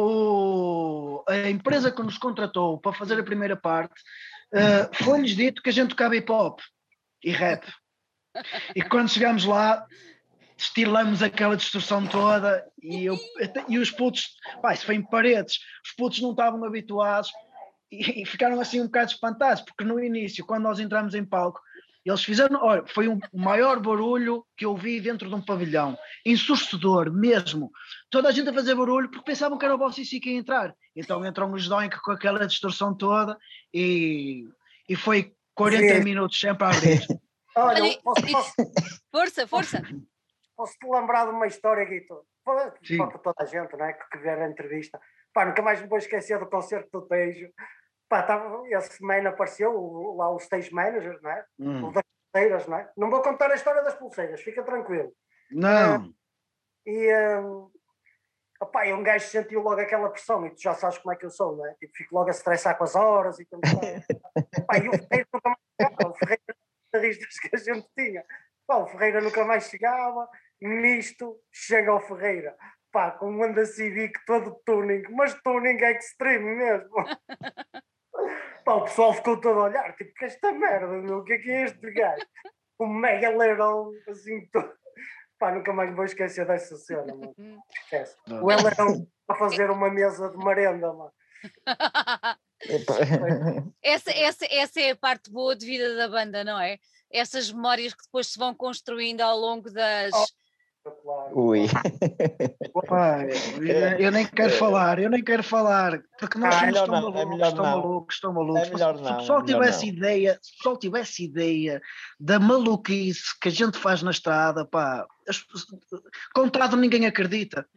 o, a empresa que nos contratou para fazer a primeira parte uh, foi-lhes dito que a gente tocava hip hop e rap. E quando chegámos lá, estilamos aquela distorção toda e, eu, e os putos, pá, isso foi em paredes, os putos não estavam habituados e, e ficaram assim um bocado espantados, porque no início, quando nós entramos em palco, eles fizeram, olha, foi um, o maior barulho que eu vi dentro de um pavilhão, ensurdecedor mesmo, toda a gente a fazer barulho porque pensavam que era o Bossa e Si que ia entrar, então entram os Doink com aquela distorção toda e, e foi quarenta Sim. minutos sempre a abrir. Olha, Olha posso, posso, força, força. Posso-te lembrar de uma história, Guito, para, para toda a gente, não é, que, que ver a entrevista. Pá, nunca mais me vou esquecer do concerto do Tejo. Pá, tava, esse man apareceu, o, lá o stage manager, não é? Hum. O das pulseiras, não é? Não vou contar a história das pulseiras, fica tranquilo. Não. Uh, e, uh, opá, e um gajo sentiu logo aquela pressão, e tu já sabes como é que eu sou, não é? Tipo, fico logo a estressar com as horas e tudo mais. Pá, e o Ferreira nunca mais chegava, o Ferreira guitarristas que a gente tinha. Pá, o Ferreira nunca mais chegava, nisto chega ao Ferreira. Pá, com um Honda Civic todo tuning, mas tuning extreme mesmo. Pá, o pessoal ficou todo a olhar, tipo, que esta merda, meu, o que é que é este gajo? Um mega leirão, assim, todo. Pá, nunca mais me vou esquecer dessa cena, mano. Esquece. Não. O leirão a fazer uma mesa de merenda, mano. essa, essa, essa é a parte boa de vida da banda, não é? Essas memórias que depois se vão construindo ao longo das... Oh. Claro. Ui. Opa, eu, eu nem quero falar, eu nem quero falar, porque nós ah, somos tão não, malucos, é tão malucos, tão malucos. É melhor se, não, se o pessoal é tivesse não. ideia, se o pessoal tivesse ideia da maluquice que a gente faz na estrada, pá, as, contado ninguém acredita.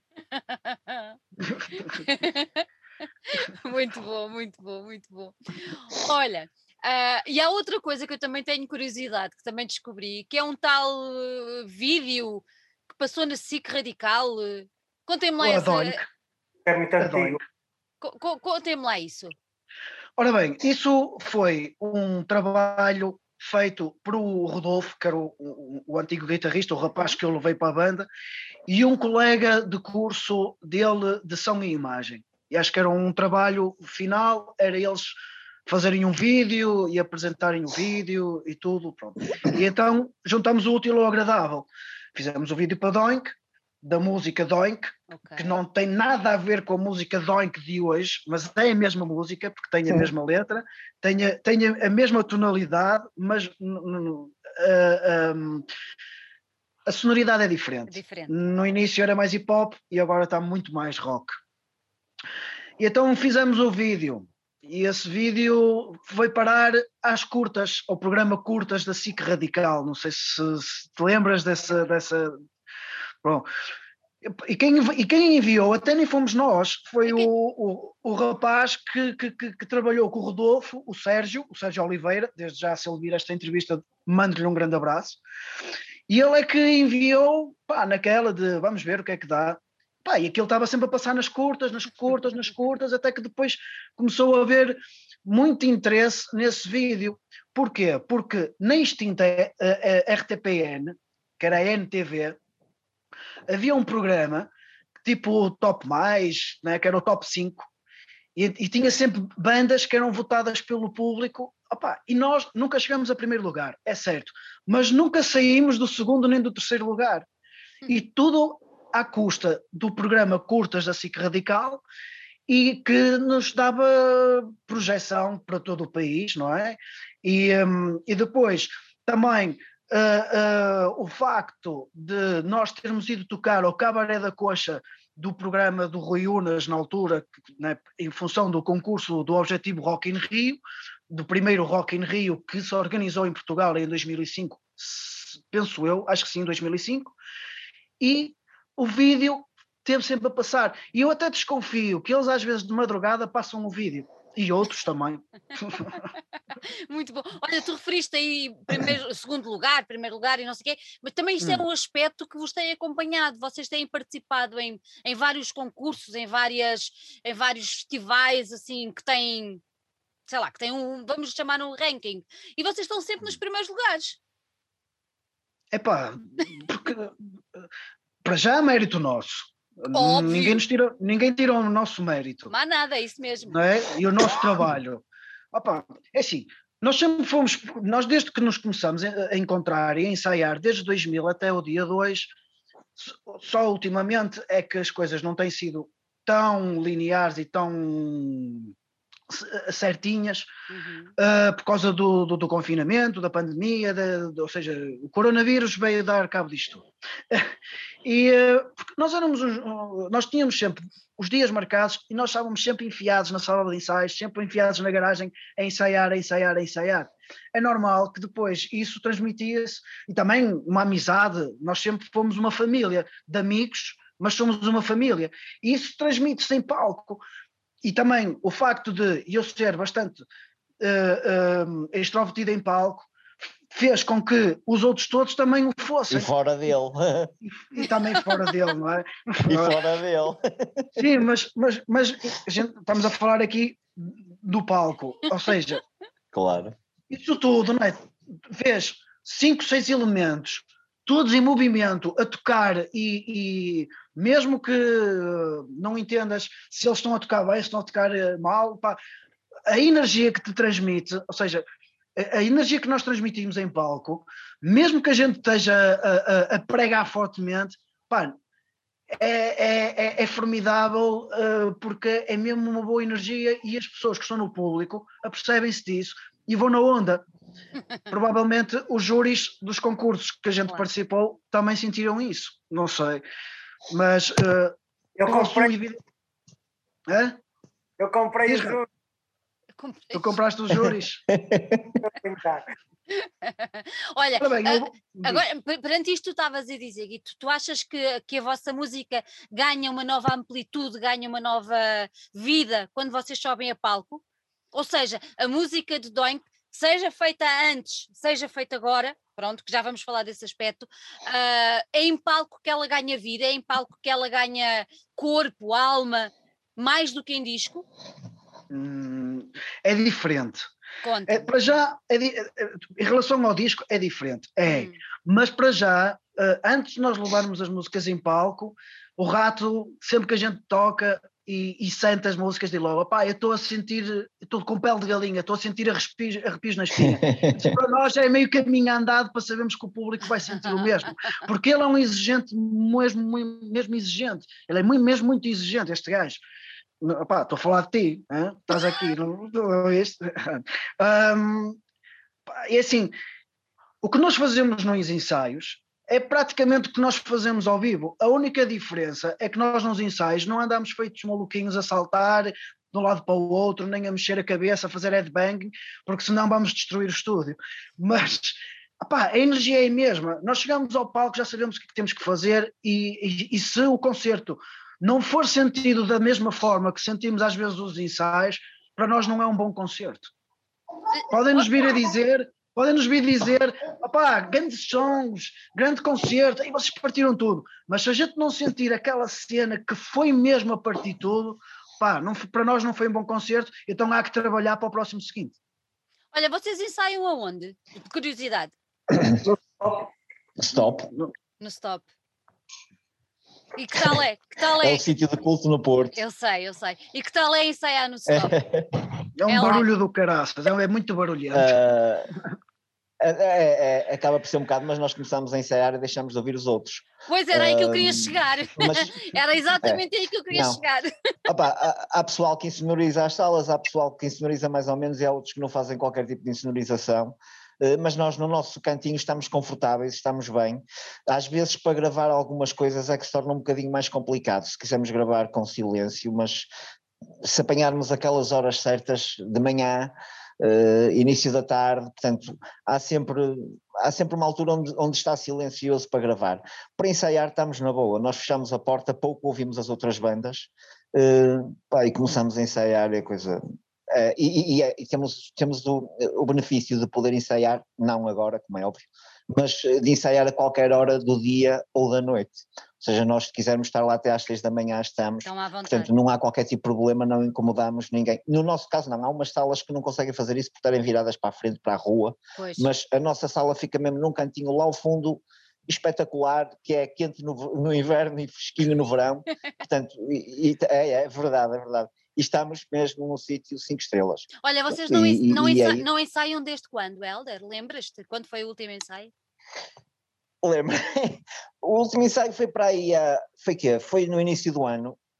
Muito bom, muito bom, muito bom. Olha, uh, e há outra coisa que eu também tenho curiosidade, que também descobri, que é um tal uh, vídeo que passou na S I C Radical. Contem-me lá essa... É muito antigo. Co Contem-me lá isso. Ora bem, isso foi um trabalho feito por o Rodolfo, que era o, o, o antigo guitarrista, o rapaz que eu levei para a banda, e um colega de curso dele de som e imagem. E acho que era um trabalho final, era eles fazerem um vídeo e apresentarem o vídeo e tudo, pronto. E então juntamos o útil ao agradável. Fizemos o vídeo para Doink, da música Doink, okay. que não tem nada a ver com a música Doink de hoje, mas é a mesma música, porque tem a mesma letra, tem a, tem a mesma tonalidade, mas uh, um, a sonoridade é diferente. É diferente. No início era mais hip hop e agora está muito mais rock. E então fizemos o vídeo, e esse vídeo foi parar às curtas, ao programa Curtas da S I C Radical. Não sei se, se te lembras dessa... dessa... Bom, e, quem, e quem enviou, até nem fomos nós, foi o, o, o rapaz que, que, que, que trabalhou com o Rodolfo, o Sérgio, o Sérgio Oliveira. Desde já, se ele vir esta entrevista, mando-lhe um grande abraço. E ele é que enviou, pá, naquela de vamos ver o que é que dá. Pá, e aquilo estava sempre a passar nas curtas, nas curtas, nas curtas, até que depois começou a haver muito interesse nesse vídeo. Porquê? Porque na extinta R T P N, que era a N T V, havia um programa tipo o Top Mais, né, que era o Top cinco, e, e tinha sempre bandas que eram votadas pelo público. Opa, e nós nunca chegamos a primeiro lugar, é certo, mas nunca saímos do segundo nem do terceiro lugar. E tudo à custa do programa Curtas da S I C Radical, e que nos dava projeção para todo o país, não é? E, um, e depois também uh, uh, o facto de nós termos ido tocar ao Cabaré da Coxa do programa do Rui Unas na altura, né, em função do concurso do Objetivo Rock in Rio, do primeiro Rock in Rio que se organizou em Portugal em dois mil e cinco, penso eu, acho que sim, em dois mil e cinco, e o vídeo teve sempre a passar. E eu até desconfio que eles às vezes de madrugada passam o vídeo. E outros também. Muito bom. Olha, tu referiste aí primeiro, segundo lugar, primeiro lugar e não sei o quê, mas também isto hum. é um aspecto que vos tem acompanhado. Vocês têm participado em, em vários concursos, em, várias, em vários festivais, assim, que têm, sei lá, que têm um, vamos chamar um ranking. E vocês estão sempre nos primeiros lugares. Epá, porque para já é mérito nosso. Óbvio. Ninguém nos tira, ninguém tira o nosso mérito. Não há nada, é isso mesmo. Não é? E o nosso trabalho. Opa, é assim, nós sempre fomos, nós desde que nos começamos a encontrar e a ensaiar, desde dois mil até o dia dois, só ultimamente é que as coisas não têm sido tão lineares e tão certinhas, uhum. uh, por causa do, do, do confinamento, da pandemia, de, de, ou seja, o coronavírus veio dar cabo disto tudo. E uh, porque nós éramos, uh, nós tínhamos sempre os dias marcados e nós estávamos sempre enfiados na sala de ensaios, sempre enfiados na garagem a ensaiar, a ensaiar, a ensaiar. É normal que depois isso transmitia-se, e também uma amizade, nós sempre fomos uma família de amigos, mas somos uma família, e isso transmite-se em palco. E também o facto de eu ser bastante uh, uh, extrovertido em palco fez com que os outros todos também o fossem. E fora dele. E, e também fora dele, não é? E fora dele. Sim, mas, mas, mas a gente, estamos a falar aqui do palco, ou seja, claro. Isso tudo, não é? Vês cinco, seis elementos, todos em movimento, a tocar e, e mesmo que não entendas se eles estão a tocar bem, se estão a tocar mal, pá, a energia que te transmite, ou seja, a, a energia que nós transmitimos em palco, mesmo que a gente esteja a, a, a pregar fortemente, pá, é, é, é formidável uh, porque é mesmo uma boa energia e as pessoas que estão no público apercebem-se disso e vão na onda. Provavelmente os júris dos concursos que a gente claro. participou também sentiram isso, não sei, mas uh, eu comprei Hã? eu comprei os júris. Tu compraste os júris. Olha, bem, eu... agora perante isto tu estavas a dizer, e tu, tu achas que, que a vossa música ganha uma nova amplitude, ganha uma nova vida quando vocês sobem a palco? Ou seja, a música de Doink, seja feita antes, seja feita agora, pronto, que já vamos falar desse aspecto, uh, é em palco que ela ganha vida, é em palco que ela ganha corpo, alma, mais do que em disco? Hum, é diferente. Conta. É, para já, é, é, em relação ao disco, é diferente, é, hum. mas para já, uh, antes de nós levarmos as músicas em palco, o Rato, sempre que a gente toca e, e sente as músicas, diz logo, pá, eu estou a sentir, estou com pele de galinha, estou a sentir arrepios, arrepios na espinha. Para nós é meio caminho andado para sabermos que o público vai sentir o mesmo, porque ele é um exigente, mesmo, mesmo exigente, ele é muito, mesmo muito exigente, este gajo. Pá, estou a falar de ti, hein? Estás aqui, não, não é isto? Um, e assim, o que nós fazemos nos ensaios é praticamente o que nós fazemos ao vivo. A única diferença é que nós nos ensaios não andamos feitos maluquinhos a saltar de um lado para o outro, nem a mexer a cabeça, a fazer headbanging, porque senão vamos destruir o estúdio. Mas opá, a energia é a mesma. Nós chegamos ao palco, já sabemos o que temos que fazer e, e, e se o concerto não for sentido da mesma forma que sentimos às vezes os ensaios, para nós não é um bom concerto. Podem-nos vir a dizer, podem-nos vir a dizer, opá, grandes sons, grande concerto, aí vocês partiram tudo, mas se a gente não sentir aquela cena que foi mesmo a partir tudo, pá, não, para nós não foi um bom concerto, então há que trabalhar para o próximo seguinte. Olha, vocês ensaiam aonde? De curiosidade. Stop. No, no Stop. E que tal é? Que tal é? É o sítio de culto no Porto. Eu sei, eu sei. E que tal é ensaiar no Stop? É um é barulho lá. do caraças, é muito barulhento. Uh, é, é, é, acaba por ser um bocado, mas nós começamos a ensaiar e deixamos de ouvir os outros. Pois era uh, aí que eu queria chegar. Mas, era exatamente é, aí que eu queria não. chegar. Opa, há, há pessoal que insonoriza as salas, há pessoal que insonoriza mais ou menos e há outros que não fazem qualquer tipo de insonorização. Mas nós no nosso cantinho estamos confortáveis, estamos bem. Às vezes para gravar algumas coisas é que se torna um bocadinho mais complicado, se quisermos gravar com silêncio, mas se apanharmos aquelas horas certas de manhã, uh, início da tarde, portanto há sempre, há sempre uma altura onde, onde está silencioso para gravar. Para ensaiar estamos na boa, nós fechamos a porta, pouco ouvimos as outras bandas uh, pá, e começamos a ensaiar, é coisa... Uh, e, e, e temos, temos o, o benefício de poder ensaiar, não agora, como é óbvio, mas de ensaiar a qualquer hora do dia ou da noite. Ou seja, nós se quisermos estar lá até às seis da manhã estamos, portanto não há qualquer tipo de problema, não incomodamos ninguém. No nosso caso não, há umas salas que não conseguem fazer isso por estarem viradas para a frente, para a rua, pois. Mas a nossa sala fica mesmo num cantinho lá ao fundo, espetacular, que é quente no, no inverno e fresquinho no verão, portanto, e, e, é, é verdade, é verdade. E estamos mesmo num sítio cinco estrelas. Olha, vocês não, e, não, e, ensa e não ensaiam desde quando, Hélder? Lembras-te? Quando foi o último ensaio? Lembro. O último ensaio foi para aí, uh, foi que Foi no início do ano.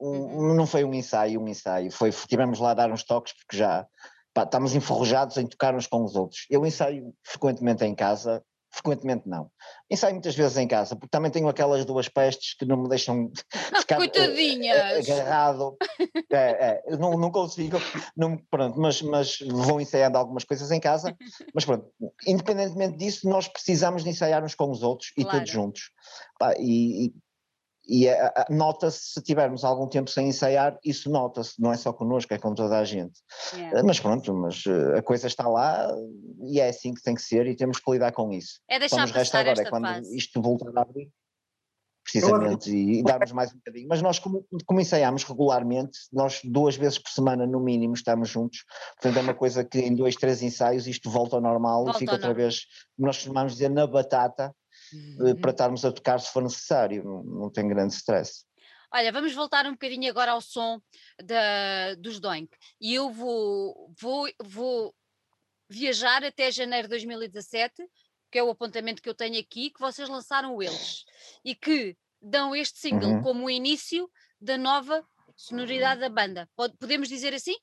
um, não foi um ensaio, um ensaio, foi, tivemos lá a dar uns toques porque já pá, estamos enferrujados em tocar uns com os outros. Eu ensaio frequentemente em casa, frequentemente não, ensaio muitas vezes em casa, porque também tenho aquelas duas pestes que não me deixam ficar uh, agarrado, é, é, não, não consigo, não, pronto, mas, mas vou ensaiando algumas coisas em casa, mas pronto, independentemente disso, nós precisamos de ensaiar uns com os outros, claro. E todos juntos, pá, e, e E nota-se, se tivermos algum tempo sem ensaiar, isso nota-se, não é só connosco, é com toda a gente. Yeah. Mas pronto, mas a coisa está lá e é assim que tem que ser e temos que lidar com isso. É deixar Só passar agora, esta é quando fase. Isto voltar a abrir, precisamente, e darmos mais um bocadinho. Mas nós, como, como ensaiamos regularmente, nós duas vezes por semana no mínimo estamos juntos, portanto é uma coisa que em dois, três ensaios isto volta ao normal volta e fica outra normal. Vez, como nós costumamos dizer, na batata, Uhum. para estarmos a tocar se for necessário, não, não tem grande stress. Olha, vamos voltar um bocadinho agora ao som da, dos Doink, e eu vou, vou, vou viajar até janeiro de dois mil e dezassete, que é o apontamento que eu tenho aqui, que vocês lançaram eles, e que dão este single uhum. como o início da nova sonoridade da banda. Podemos dizer assim?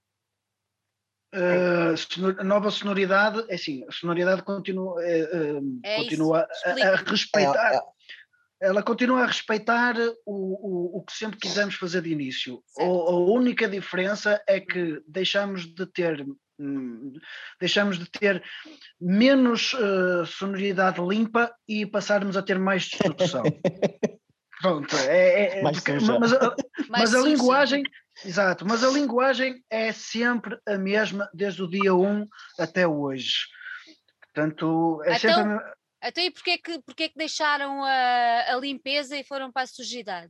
Uh, sonor, a nova sonoridade, é assim, a sonoridade continua, uh, uh, é continua a, a respeitar, é, é. ela continua a respeitar o, o, o que sempre quisemos fazer de início. O, a única diferença é que deixamos de ter, hum, deixamos de ter menos uh, sonoridade limpa e passarmos a ter mais distorção. Pronto, é, é, mais porque, mas, a, mas a linguagem, exato, mas a linguagem é sempre a mesma desde o dia um até hoje. Portanto, é então, sempre a mesma... Então, e porquê que, porquê que deixaram a, a limpeza e foram para a sujidade?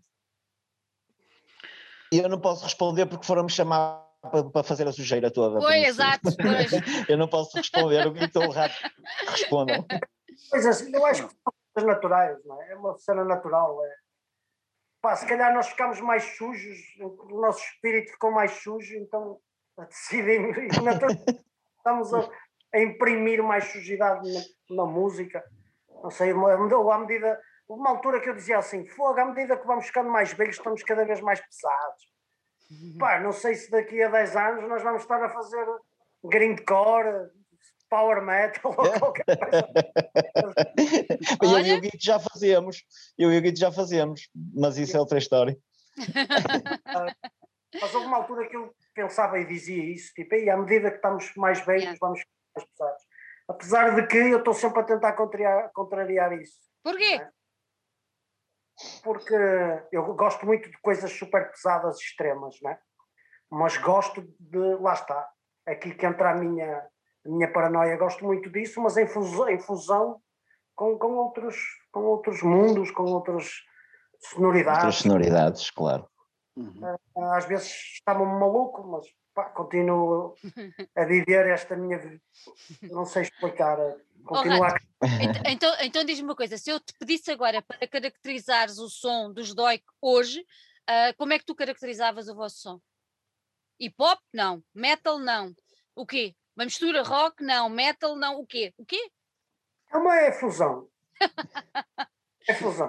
Eu não posso responder porque foram-me chamar para, para fazer a sujeira toda. Pois, exato. Pois. Eu não posso responder, o que estou errado respondam. Pois assim, eu acho que são coisas naturais, não é? É uma cena natural, é. Pá, se calhar nós ficámos mais sujos, o nosso espírito ficou mais sujo, então decidimos, estamos a, a imprimir mais sujidade na, na música. Não sei, à medida, uma altura que eu dizia assim, fogo, à medida que vamos ficando mais velhos, estamos cada vez mais pesados. Pá, não sei se daqui a dez anos nós vamos estar a fazer grindcore, power metal ou qualquer coisa. Eu e o Guito já fazemos, eu e o Guito já fazemos, mas isso é outra história. Mas houve uma altura que eu pensava e dizia isso, tipo, e à medida que estamos mais velhos, yeah. vamos ficar mais pesados. Apesar de que eu estou sempre a tentar contrariar, contrariar isso. Porquê? Né? Porque eu gosto muito de coisas super pesadas, extremas, né? Mas gosto de, lá está, aqui que entra a minha, a minha paranoia, gosto muito disso, mas em fusão, em fusão com, com, outros, com outros mundos, com outras sonoridades. Outras sonoridades, claro. Uhum. Às vezes está-me maluco, mas pá, continuo a viver esta minha vida. Não sei explicar. Continuar. Oh, então, então, então diz-me uma coisa: se eu te pedisse agora para caracterizares o som dos Doink hoje, uh, como é que tu caracterizavas o vosso som? Hip hop? Não. Metal? Não. O quê? Uma mistura rock? Não. Metal? Não. O quê? O quê? É uma é fusão. É fusão.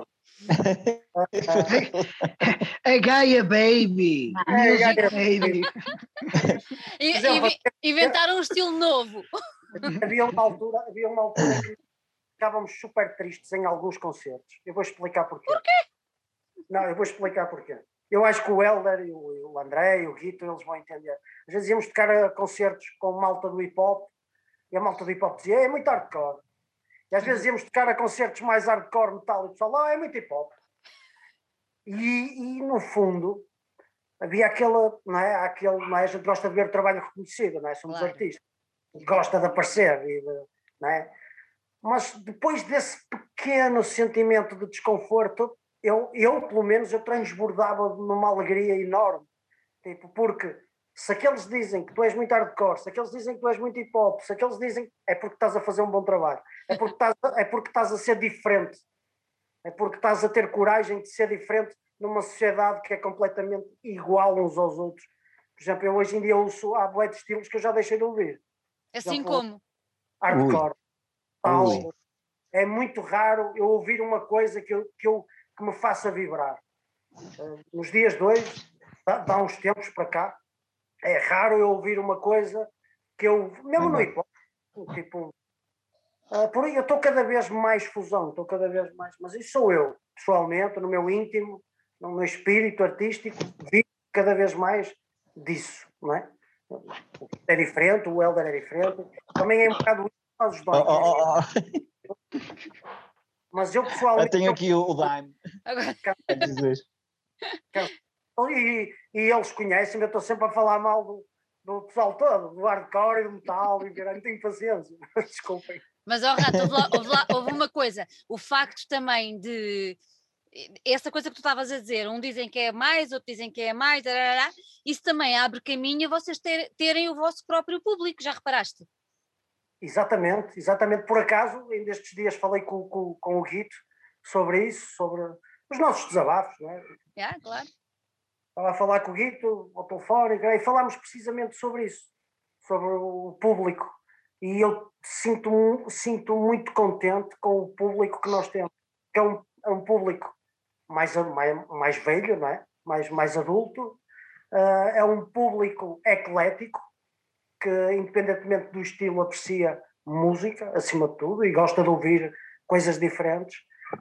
É Gaia Baby. É Gaia Baby. E, exemplo, inventaram um estilo novo. Havia uma altura, havia uma altura que ficávamos super tristes em alguns concertos. Eu vou explicar porquê. Porquê? Não, eu vou explicar porquê. Eu acho que o Helder e o, o André e o Guito, eles vão entender. Às vezes íamos tocar a concertos com malta do hip-hop e a malta do hip-hop dizia, é muito hardcore. E às vezes íamos tocar a concertos mais hardcore, metal, e o pessoal, ah, é muito hip-hop. E, e, no fundo, havia aquela, não é? Aquele, não é? A gente gosta de ver o trabalho reconhecido, não é? Somos claro. Artistas. Gosta de aparecer, e de, não é? Mas depois desse pequeno sentimento de desconforto, eu, eu, pelo menos, eu transbordava numa alegria enorme. Tipo, porque se aqueles dizem que tu és muito hardcore, se aqueles dizem que tu és muito hip-hop, se aqueles dizem é porque estás a fazer um bom trabalho, é porque estás, é porque estás a ser diferente, é porque estás a ter coragem de ser diferente numa sociedade que é completamente igual uns aos outros. Por exemplo, eu hoje em dia ouço há bué de estilos que eu já deixei de ouvir. Assim exemplo, como? Hardcore. Tal. É muito raro eu ouvir uma coisa que, eu, que, eu, que me faça vibrar. Uh, nos dias de hoje, dá, dá uns tempos para cá, é raro eu ouvir uma coisa que eu, mesmo no hip hop, tipo, uh, por aí eu estou cada vez mais fusão, estou cada vez mais, mas isso sou eu, pessoalmente, no meu íntimo, no meu espírito artístico, vivo cada vez mais disso, não é? É diferente, o Helder é diferente, também é um bocado os dois. Oh, oh, oh. Mas eu pessoalmente. Eu tenho aqui o, o Dime. E, e eles conhecem, eu estou sempre a falar mal do, do pessoal todo, do hardcore e do metal, e não tenho paciência. Desculpem. Mas, ó, Rato, houve, lá, houve, lá, houve uma coisa, o facto também de. Essa coisa que tu estavas a dizer, um dizem que é mais, outro dizem que é mais, tarará, isso também abre caminho a vocês ter, terem o vosso próprio público, já reparaste? Exatamente, exatamente. Por acaso, ainda estes dias falei com, com, com o Guito sobre isso, sobre os nossos desabafos, não é? Yeah, claro. Estava a falar com o Guito ao telefone e falámos precisamente sobre isso, sobre o público. E eu sinto, sinto muito contente com o público que nós temos, que é um, é um público mais, mais, mais velho, não é? mais, mais adulto, uh, é um público eclético, que independentemente do estilo aprecia música, acima de tudo, e gosta de ouvir coisas diferentes.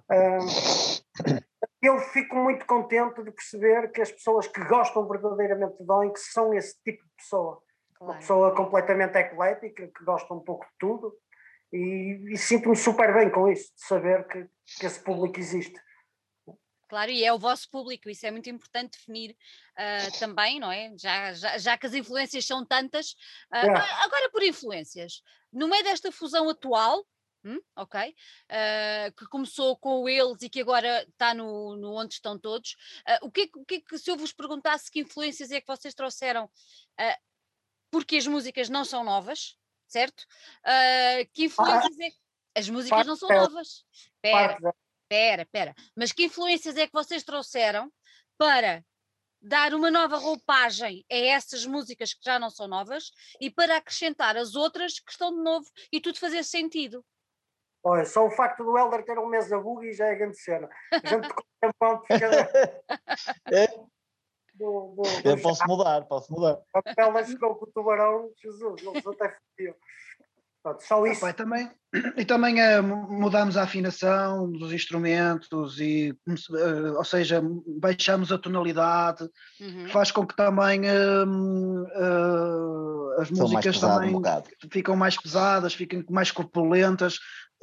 Uh, eu fico muito contente de perceber que as pessoas que gostam verdadeiramente de Doink são esse tipo de pessoa. Claro. Uma pessoa completamente eclética, que gosta um pouco de tudo, e, e sinto-me super bem com isso, de saber que, que esse público existe. Claro, e é o vosso público, isso é muito importante definir uh, também, não é? Já, já, já que as influências são tantas. Uh, yeah. Agora, por influências, no meio desta fusão atual, hum, ok, uh, que começou com eles e que agora está no, no Onde Estão Todos, uh, o, que, o que é que, se eu vos perguntasse que influências é que vocês trouxeram, uh, porque as músicas não são novas, certo? Uh, que influências é que... As músicas não são novas. Espera. Espera, espera, mas que influências é que vocês trouxeram para dar uma nova roupagem a essas músicas que já não são novas e para acrescentar as outras que estão de novo e tudo fazer sentido? Olha, só o facto do Helder ter um mesa boogie já é grande cena. A gente com cada... do, do, do Eu posso mudar, posso mudar. A Helder chegou com o tubarão, Jesus, eles até fodiam. Só isso. Ah, pai, também, e também uh, mudamos a afinação dos instrumentos, e, uh, ou seja, baixamos a tonalidade, uhum. Faz com que também uh, uh, as São músicas também um ficam mais pesadas, ficam mais corpulentas,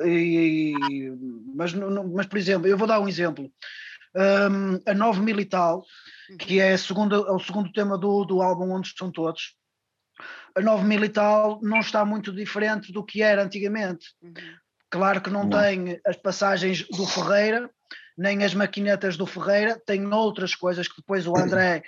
e, mas, mas, por exemplo, eu vou dar um exemplo. Um, a Nove Milital, uhum. que é, a segunda, é o segundo tema do, do álbum Onde Estão Todos, a Nove Milital não está muito diferente do que era antigamente. Uhum. Claro que não, não tem as passagens do Ferreira, nem as maquinetas do Ferreira, tem outras coisas que depois o André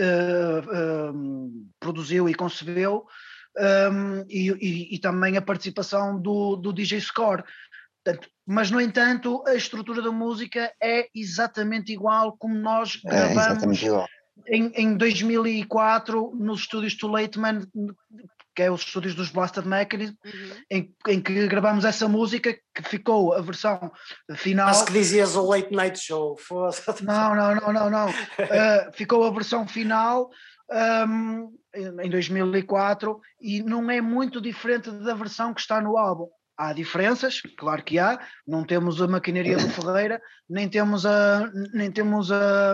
uh, uh, produziu e concebeu, um, e, e, e também a participação do, do D J Score. Portanto, mas, no entanto, a estrutura da música é exatamente igual como nós gravamos. É exatamente igual. Em, em dois mil e quatro, nos estúdios Too Late Man, que é os estúdios dos Blasted Mechanism, uhum. em, em que gravamos essa música, que ficou a versão final... Acho que dizias o Late Night Show. Não, não, não, não, não. uh, ficou a versão final um, em dois mil e quatro e não é muito diferente da versão que está no álbum. Há diferenças, claro que há, não temos a maquinaria do Ferreira, nem temos a... Nem temos a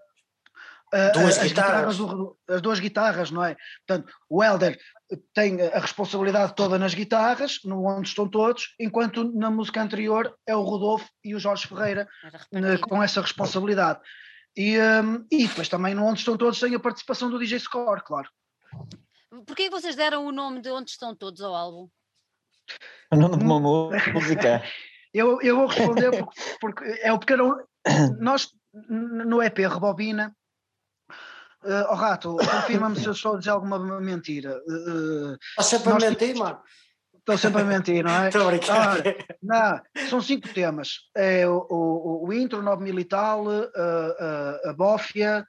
Duas as, guitarras. guitarras as duas guitarras, não é? Portanto, o Helder tem a responsabilidade toda nas guitarras, no Onde Estão Todos, enquanto na música anterior é o Rodolfo e o Jorge Ferreira com essa responsabilidade. E, um, e depois também no Onde Estão Todos tem a participação do D J Score, claro. Porquê vocês deram o nome de Onde Estão Todos ao álbum? O nome de uma música. eu, eu vou responder porque, porque é o pequeno... Nós, no E P Rebobina, Uh, oh Rato, confirma-me se eu estou a dizer alguma mentira. Uh, Estás sempre a mentir, tínhamos... mano. Estou sempre a mentir, não é? Estou a brincar. Não, são cinco temas. É o, o, o intro, Nove Milital, uh, uh, a Bófia...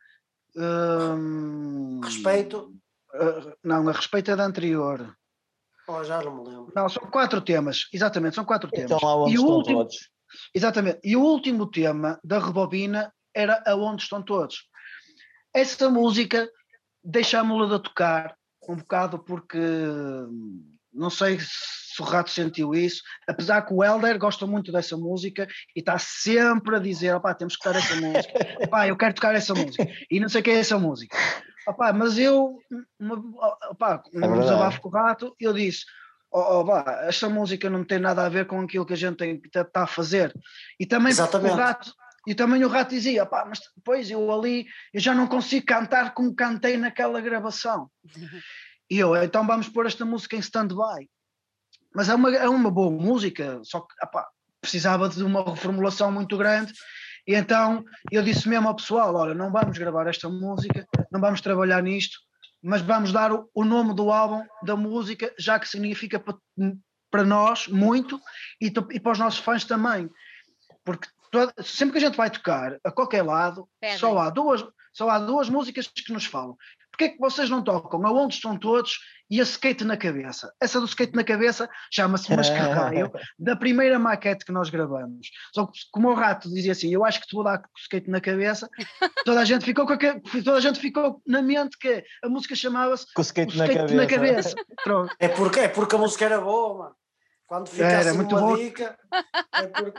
Um, respeito. Uh, não, a Respeito é da anterior. Oh, já não me lembro. Não, são quatro temas. Exatamente, são quatro então, temas. Lá onde e o estão último, todos. Exatamente. E o último tema da Rebobina era Aonde Estão Todos. essa música deixámos-la de tocar um bocado porque não sei se o Rato sentiu isso, apesar que o Helder gosta muito dessa música e está sempre a dizer, opá, temos que tocar essa música, opá, eu quero tocar essa música, e não sei o que é essa música. Opá, mas eu, opá, no desabafo com o Rato, eu disse, oh, oh, pá, esta música não tem nada a ver com aquilo que a gente está a fazer. E também o Rato, e também o Rato dizia, pá, mas depois eu ali, eu já não consigo cantar como cantei naquela gravação. E eu, então vamos pôr esta música em stand-by. Mas é uma, é uma boa música, só que opá, precisava de uma reformulação muito grande. E então eu disse mesmo ao pessoal, olha, não vamos gravar esta música, não vamos trabalhar nisto, mas vamos dar o, o nome do álbum, da música, já que significa para, para nós muito e, e para os nossos fãs também. Porque toda, sempre que a gente vai tocar, a qualquer lado, só há, duas, só há duas músicas que nos falam. Porquê é que vocês não tocam Aonde Estão Todos e a Skate na Cabeça? Essa do Skate na Cabeça chama-se Mascarraio, da primeira maquete que nós gravamos. Só que como o Rato dizia assim, eu acho que te vou dar com o skate na cabeça, toda a gente ficou, com a, toda a gente ficou na mente que a música chamava-se Com o skate, o skate na Cabeça. Na cabeça. É, porque, é porque a música era boa, mano. Quando fica era, assim muito uma boa. Dica... É porque...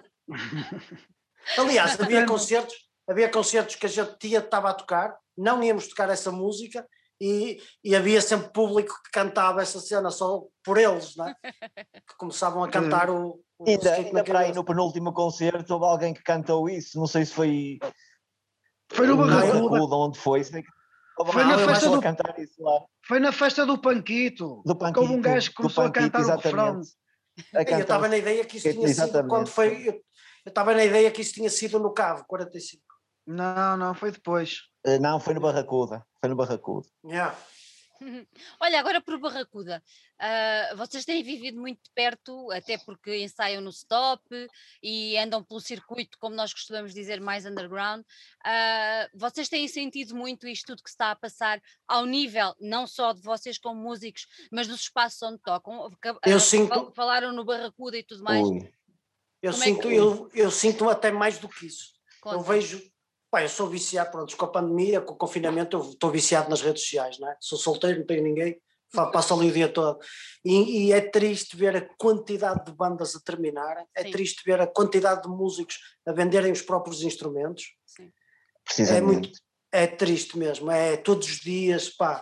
Aliás, havia concertos, havia concertos que a gente tinha, estava a tocar, não íamos tocar essa música e, e havia sempre público que cantava essa cena só por eles, não é? Que começavam a cantar o, o ainda, ainda para aí no penúltimo concerto houve alguém que cantou isso, não sei se foi foi no Barracuda, onde foi, sei que... foi na festa do cantar isso lá. Foi na festa do Panquito, do Panquito houve um gajo que começou Panquito, a cantar exatamente. o refrão. Eu estava na ideia que isso tinha exatamente. sido quando foi, eu estava na ideia que isso tinha sido no Cavo quarenta e cinco. Não, não, foi depois. Uh, não, foi no Barracuda. Foi no Barracuda. Yeah. Olha, agora por Barracuda, uh, vocês têm vivido muito de perto, até porque ensaiam no stop e andam pelo circuito, como nós costumamos dizer, mais underground. Uh, vocês têm sentido muito isto tudo que se está a passar ao nível, não só de vocês como músicos, mas dos espaços onde tocam? Uh, eu sinto... Falaram no Barracuda e tudo mais. Ui. Eu, sinto, é que... eu, eu sinto até mais do que isso. Conta. Eu vejo... Pá, eu sou viciado, pronto, com a pandemia, com o confinamento, eu estou viciado nas redes sociais, não é? Sou solteiro, não tenho ninguém, passo ali o dia todo. E, e é triste ver a quantidade de bandas a terminarem, é Sim. triste ver a quantidade de músicos a venderem os próprios instrumentos. Sim. Precisamente. É, muito, é triste mesmo, é todos os dias, pá,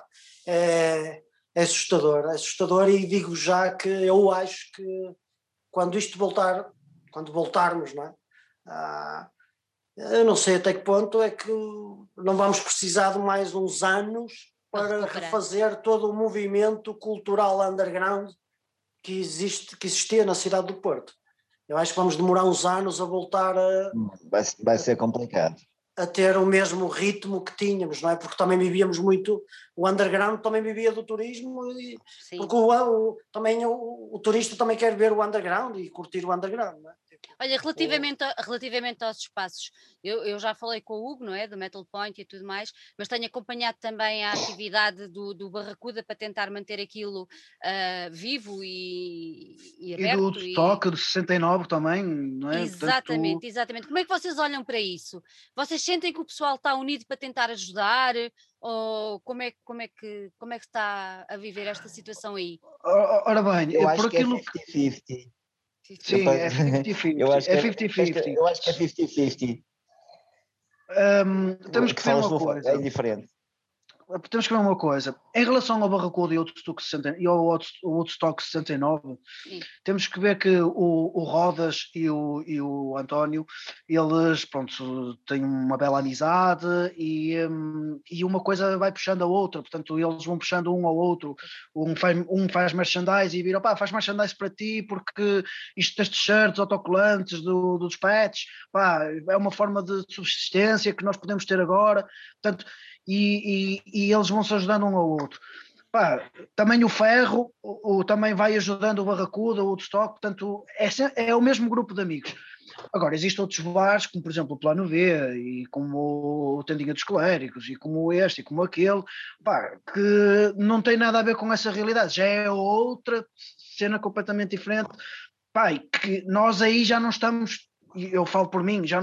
é, é assustador, é assustador e digo já que eu acho que quando isto voltar, quando voltarmos, não é? Ah, eu não sei até que ponto é que não vamos precisar de mais uns anos para refazer todo o movimento cultural underground que, existe, que existia na cidade do Porto. Eu acho que vamos demorar uns anos a voltar a... Vai, vai ser complicado. A ter o mesmo ritmo que tínhamos, não é? Porque também vivíamos muito, o underground também vivia do turismo, e, porque o, o, também o, o turista também quer ver o underground e curtir o underground, não é? Olha, relativamente, a, relativamente aos espaços, eu, eu já falei com o Hugo, não é, do Metal Point e tudo mais, mas tenho acompanhado também a atividade do, do Barracuda para tentar manter aquilo uh, vivo e, e aberto. E do Woodstock, e... do sessenta e nove também, não é? Exatamente, Portanto, exatamente. Como é que vocês olham para isso? Vocês sentem que o pessoal está unido para tentar ajudar? Ou como é, como é, que, como é que está a viver esta situação aí? Ora bem, eu por acho aquilo que é cinquenta cinquenta. Sim, é cinquenta cinquenta. Eu acho que é cinquenta cinquenta. Eu acho que é cinquenta cinquenta. Um, temos que ver uma coisa. É indiferente. Temos que ver uma coisa. Em relação ao Barracuda e ao Woodstock e ao Woodstock sessenta e nove, Sim. temos que ver que o, o Rodas e o, e o António, eles, pronto, têm uma bela amizade e, um, e uma coisa vai puxando a outra, portanto, eles vão puxando um ao outro. Um faz, um faz merchandise e vira, pá, faz merchandise para ti porque isto das t-shirts, autocolantes, do, dos patches, pá, é uma forma de subsistência que nós podemos ter agora, portanto, E, e, e eles vão se ajudando um ao outro. Pá, também o Ferro o, o, também vai ajudando o Barracuda, o Woodstock, portanto é, é o mesmo grupo de amigos. Agora, existem outros bares, como por exemplo o Plano V, e como o Tendinha dos Coléricos, e como este, e como aquele, pá, que não tem nada a ver com essa realidade, já é outra cena completamente diferente, pá, e que nós aí já não estamos, eu falo por mim, já não estou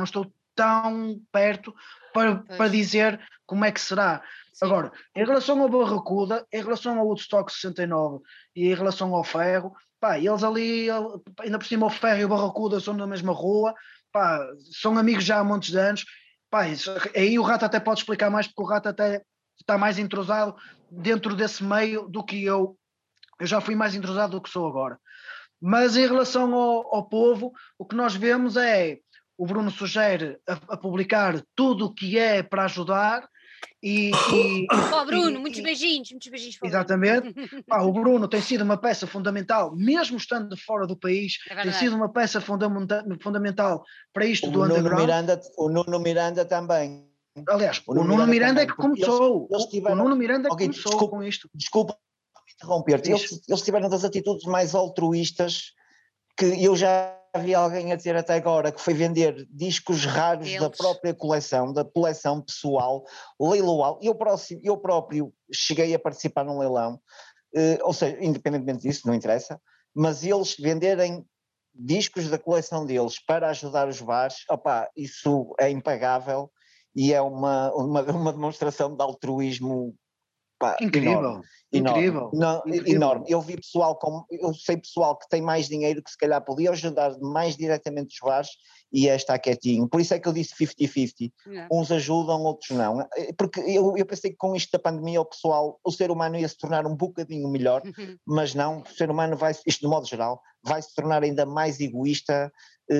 tão perto para, para dizer como é que será. Sim. Agora, em relação ao Barracuda, em relação ao Woodstock sessenta e nove e em relação ao Ferro, pá, eles ali, ainda por cima o Ferro e o Barracuda são na mesma rua, pá, são amigos já há montes de anos, pá, isso, aí o Rato até pode explicar mais, porque o Rato até está mais entrosado dentro desse meio do que eu, eu já fui mais entrosado do que sou agora. Mas em relação ao, ao povo, o que nós vemos é o Bruno sugere a, a publicar tudo o que é para ajudar e... e oh Bruno, e, muitos e, beijinhos, muitos beijinhos para o exatamente. Bruno. Pá, o Bruno tem sido uma peça fundamental, mesmo estando fora do país, é tem sido uma peça fundamenta, fundamental para isto o do Nuno underground. Miranda, o Nuno Miranda também. Aliás, o Nuno, o Nuno Miranda, Miranda é que começou. Eles, eles tiveram, o Nuno Miranda é que okay, começou desculpa, com isto. Desculpa interromper-te. Eles, eles tiveram das atitudes mais altruístas que eu já vi alguém a dizer até agora, que foi vender discos raros eles. da própria coleção, da coleção pessoal, leiloal. Eu, próximo, eu próprio cheguei a participar num leilão, eh, ou seja, independentemente disso, não interessa, mas eles venderem discos da coleção deles para ajudar os bares, opá, isso é impagável e é uma, uma, uma demonstração de altruísmo. Pá, incrível, enorme, incrível, enorme, não, incrível. enorme. Eu vi pessoal, com, eu sei pessoal que tem mais dinheiro que se calhar podia ajudar mais diretamente os bares e é estar quietinho. Por isso é que eu disse cinquenta cinquenta. Yeah. Uns ajudam, outros não. Porque eu, eu pensei que com isto da pandemia o pessoal, o ser humano ia se tornar um bocadinho melhor, uhum. mas não, o ser humano vai, isto de modo geral, vai se tornar ainda mais egoísta.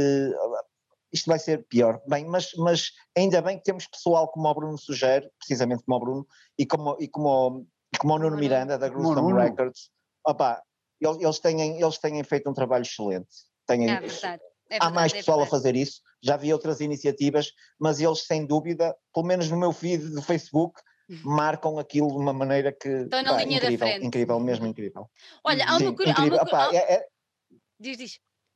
Uh, isto vai ser pior. Bem, mas, mas ainda bem que temos pessoal como o Bruno sugere, precisamente como o Bruno, e como, e como, como o Nuno Miranda, da Gruesome Records. Opa, eles, eles, têm, eles têm feito um trabalho excelente. Têm, é verdade, é há verdade, mais é pessoal verdade. a fazer isso, já vi outras iniciativas, mas eles sem dúvida, pelo menos no meu feed do Facebook, marcam aquilo de uma maneira que estão na pá, linha incrível, da frente. incrível, mesmo incrível. Olha, há uma, Sim, curi- incrível. há uma Opa, há... é, é... Diz, diz.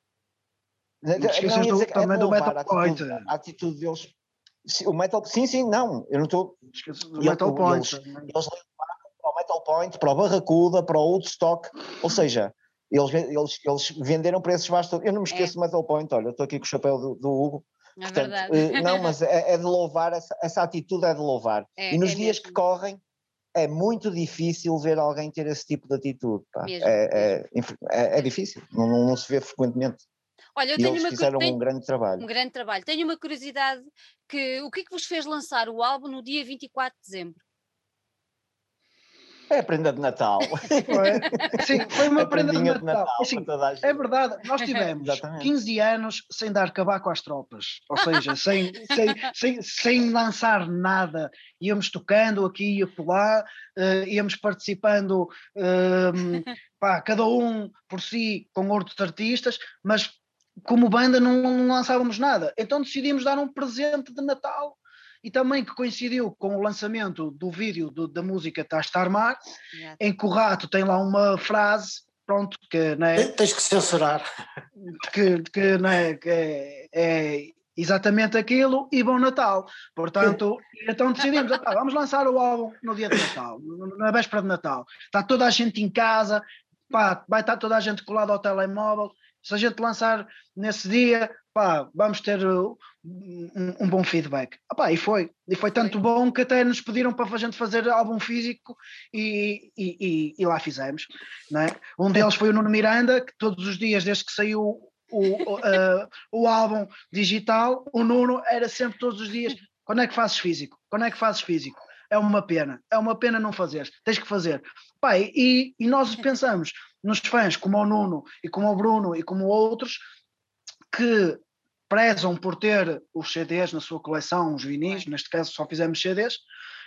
Não, não não ia dizer que é de do louvar Metal a atitude, a atitude deles. O Metal, sim, sim, não, eu não estou. Do Metal Point. Eles, eles levaram para o Metal Point, para o Barracuda, para o Woodstock, ou seja, eles, eles, eles venderam para esses bares. Eu não me esqueço é. do Metal Point, olha, eu estou aqui com o chapéu do, do Hugo. É portanto, verdade. Não, mas é, é de louvar, essa, essa atitude é de louvar. É, e nos é dias mesmo. que correm, é muito difícil ver alguém ter esse tipo de atitude. Pá. Mesmo, é, mesmo. É, é, é difícil, não, não se vê frequentemente. Olha, eu e tenho eles uma, fizeram tenho, um grande trabalho. Um grande trabalho. Tenho uma curiosidade, que o que é que vos fez lançar o álbum no dia vinte e quatro de dezembro? É a prenda de Natal. É, sim, foi uma prenda de Natal. De Natal assim, é verdade, nós tivemos Exatamente. quinze anos sem dar cabaco às tropas, ou seja, sem, sem, sem, sem lançar nada, íamos tocando aqui e acolá, uh, íamos participando, uh, pá, cada um por si com outros artistas, mas como banda não, não lançávamos nada, então decidimos dar um presente de Natal. E também que coincidiu com o lançamento do vídeo do, da música Estás-te a Armar, yeah. em que o Rato tem lá uma frase, pronto, que não é, tens que censurar, que, que, não é, que é, é exatamente aquilo, e Bom Natal. Portanto, então decidimos, ah, vamos lançar o álbum no dia de Natal, na véspera de Natal. Está toda a gente em casa, pá, vai estar toda a gente colada ao telemóvel. Se a gente lançar nesse dia, pá, vamos ter uh, um, um bom feedback. Ah, pá, e foi. E foi tanto bom que até nos pediram para a gente fazer álbum físico e, e, e, e lá fizemos. Não é? Um deles foi o Nuno Miranda, que todos os dias, desde que saiu o, uh, o álbum digital, o Nuno era sempre todos os dias, quando é que fazes físico? Quando é que fazes físico? É uma pena, é uma pena não fazer, tens que fazer. Pá, e, e nós pensamos nos fãs como o Nuno e como o Bruno e como outros que prezam por ter os C Ds na sua coleção, os vinis, neste caso só fizemos C Ds,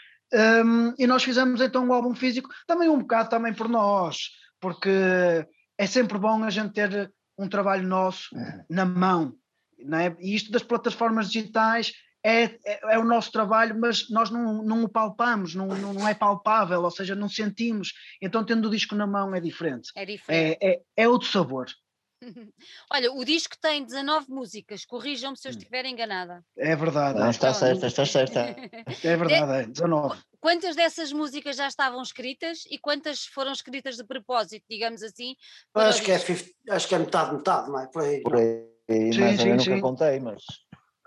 um, e nós fizemos então um álbum físico, também um bocado também por nós, porque é sempre bom a gente ter um trabalho nosso na mão, não é? E isto das plataformas digitais É, é, é o nosso trabalho, mas nós não, não o palpamos, não, não é palpável, ou seja, não sentimos. Então, tendo o disco na mão é diferente. É diferente. É, é, é outro sabor. Olha, o disco tem dezanove músicas, corrijam-me se eu estiver enganada. É verdade. Não, está certo, está certo. É verdade, é dezanove. Quantas dessas músicas já estavam escritas e quantas foram escritas de propósito, digamos assim? Acho que, é cinquenta, acho que é metade, metade, não é? Por aí. Por aí, sim, mais sim, ou menos sim. nunca contei, mas...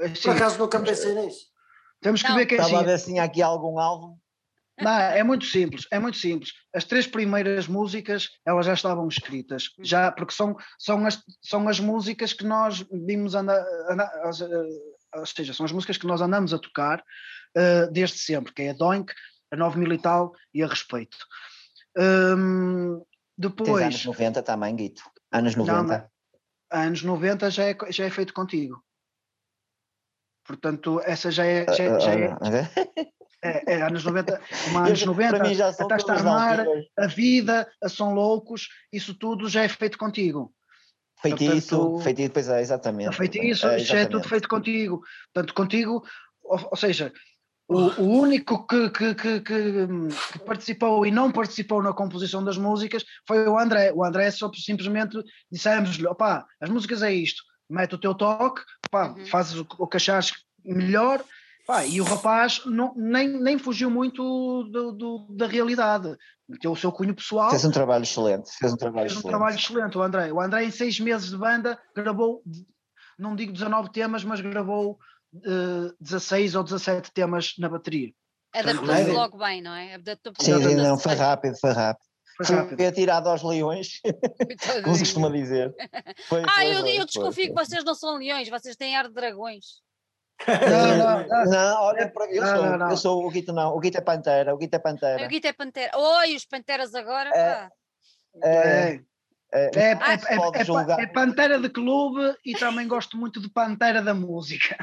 Assim, Por acaso nunca pensei nisso. Temos que não. ver que é Estava assim. a ver se tinha aqui algum álbum. Não, é muito simples, é muito simples. As três primeiras músicas, elas já estavam escritas, já, porque são, são, as, são as músicas que nós vimos andar, andar, ou seja, são as músicas que nós andamos a tocar uh, desde sempre, que é a Doink, a nove mil e tal e a Respeito. Um, depois... Tens anos noventa também, Guito. Anos noventa. Não, anos noventa já é, já é feito contigo. Portanto, essa já é... Já, já é, É, é, anos noventa, uma anos noventa, para mim já são até estar todas mar, alturas. A Vida, a São Loucos, isso tudo já é feito contigo. Feitiço, Portanto, feitiço, pois é, exatamente. Feitiço, é, já é tudo feito contigo. Portanto, contigo, ou, ou seja, o, o único que, que, que, que, que participou e não participou na composição das músicas foi o André. O André só simplesmente dissemos-lhe, opá, as músicas é isto, mete o teu toque, opá, uhum. fazes o, o que achares melhor. Pá, e o rapaz não, nem, nem fugiu muito do, do, da realidade, meteu o seu cunho pessoal. Fez um trabalho excelente. Fez um trabalho fez um excelente. trabalho excelente, o André. O André, em seis meses de banda, gravou, não digo dezanove temas, mas gravou uh, dezasseis ou dezassete temas na bateria. Adaptou-se logo bem, não é? Adaptou-se sim, sim, não, foi rápido, foi rápido. Foi, foi rápido. atirado aos leões, como se costuma dizer. Foi, ah, foi, eu, foi, eu desconfio foi. que vocês não são leões, vocês têm ar de dragões. Não, não, não, não, olha, eu sou, não, não. eu sou o Guito não, o Guito é Pantera, o Guito é Pantera. O Guito é Pantera. Oi, os Panteras agora, é, é, é, é, é, é, é Pantera de clube e também gosto muito de Pantera da música.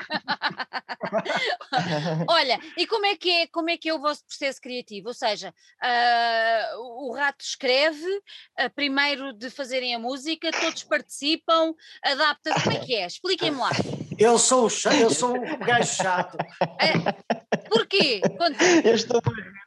Olha, e como é, que é, como é que é o vosso processo criativo? Ou seja, uh, o Rato escreve, uh, primeiro de fazerem a música, todos participam, adapta-se, como é que é? Expliquem-me lá. Eu sou o chato, eu sou o gajo chato. É, porquê? Eu estou...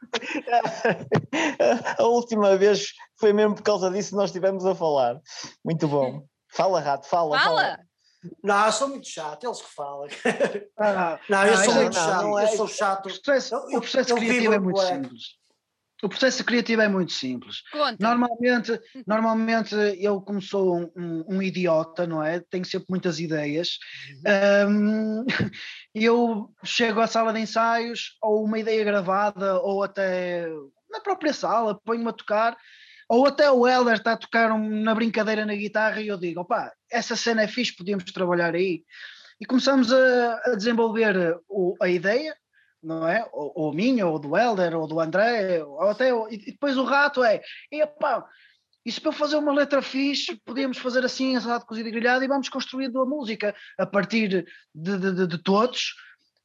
A última vez foi mesmo por causa disso que nós estivemos a falar. Muito bom. Fala, Rato, fala. Fala. fala. Não, eu sou muito chato, eles que falam. Ah, não, eu sou muito chato, não é, eu sou chato. O processo, eu, o processo eu, criativo eu é muito é. simples. O processo criativo é muito simples. Conta. Normalmente, normalmente eu, como sou um, um, um idiota, não é? Tenho sempre muitas ideias. Uhum. Um, eu chego à sala de ensaios, ou uma ideia gravada, ou até na própria sala, ponho-me a tocar, ou até o Helder está a tocar um, na brincadeira na guitarra e eu digo, opá, essa cena é fixe, podíamos trabalhar aí. E começamos a, a desenvolver o, a ideia, não é? Ou, ou minha, ou do Helder, ou do André, ou até, e depois o Rato é, epá, isso para eu fazer uma letra fixe, podíamos fazer assim, assado, cozido e grelhado, e vamos construindo a música a partir de, de, de, de todos,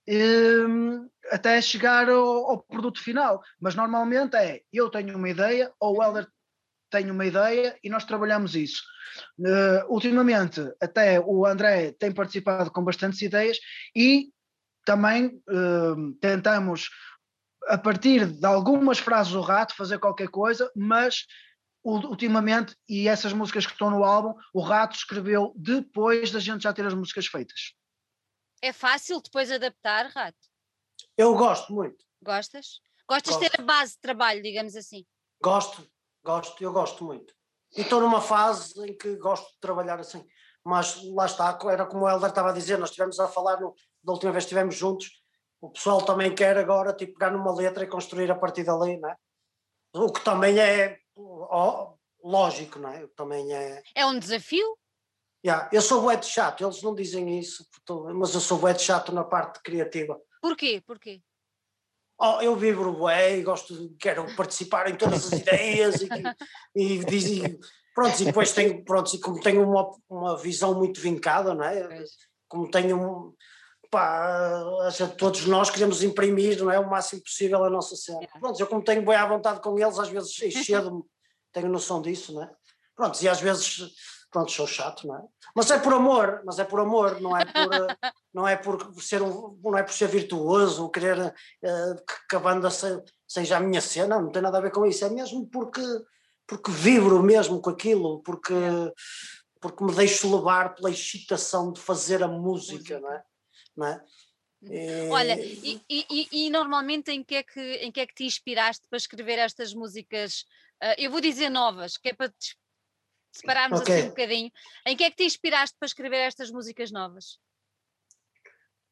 um, até chegar ao, ao produto final. Mas normalmente é, eu tenho uma ideia, ou o Helder tem uma ideia, e nós trabalhamos isso. Uh, ultimamente, até o André tem participado com bastantes ideias, e também uh, tentamos, a partir de algumas frases do Rato, fazer qualquer coisa, mas ultimamente, e essas músicas que estão no álbum, o Rato escreveu depois da gente já ter as músicas feitas. É fácil depois adaptar, Rato? Eu gosto muito. Gostas? Gostas gosto. de ter a base de trabalho, digamos assim? Gosto, gosto, eu gosto muito. E estou numa fase em que gosto de trabalhar assim. Mas lá está, era como o Helder estava a dizer, nós estivemos a falar, no, da última vez que estivemos juntos, o pessoal também quer agora tipo, pegar numa letra e construir a partir dali, não é? O que também é ó, lógico, não é? Também é... É um desafio? Yeah, eu sou bué de chato, eles não dizem isso, mas eu sou bué de chato na parte criativa. Porquê? Porquê? Oh, eu vibro bué e gosto de, quero participar em todas as ideias e, e, e, pronto, e depois tenho, pronto, e como tenho uma, uma visão muito vincada, não é? Como tenho, pá, todos nós queremos imprimir, não é, o máximo possível a nossa cena. Yeah. Pronto, eu como tenho bué à vontade com eles, às vezes cedo tenho noção disso, não é? Pronto, e às vezes, pronto, sou chato, não é? Mas é por amor, mas é por amor, não é por, não é por ser um, não é por ser virtuoso, ou querer uh, que a banda se, seja a minha cena, não tem nada a ver com isso, é mesmo porque, porque vibro mesmo com aquilo, porque, porque me deixo levar pela excitação de fazer a música, não é? Não é? E... Olha, e, e, e normalmente em que, é que, em que é que te inspiraste para escrever estas músicas, uh, eu vou dizer novas, que é para te separarmos okay. assim um bocadinho, em que é que te inspiraste para escrever estas músicas novas?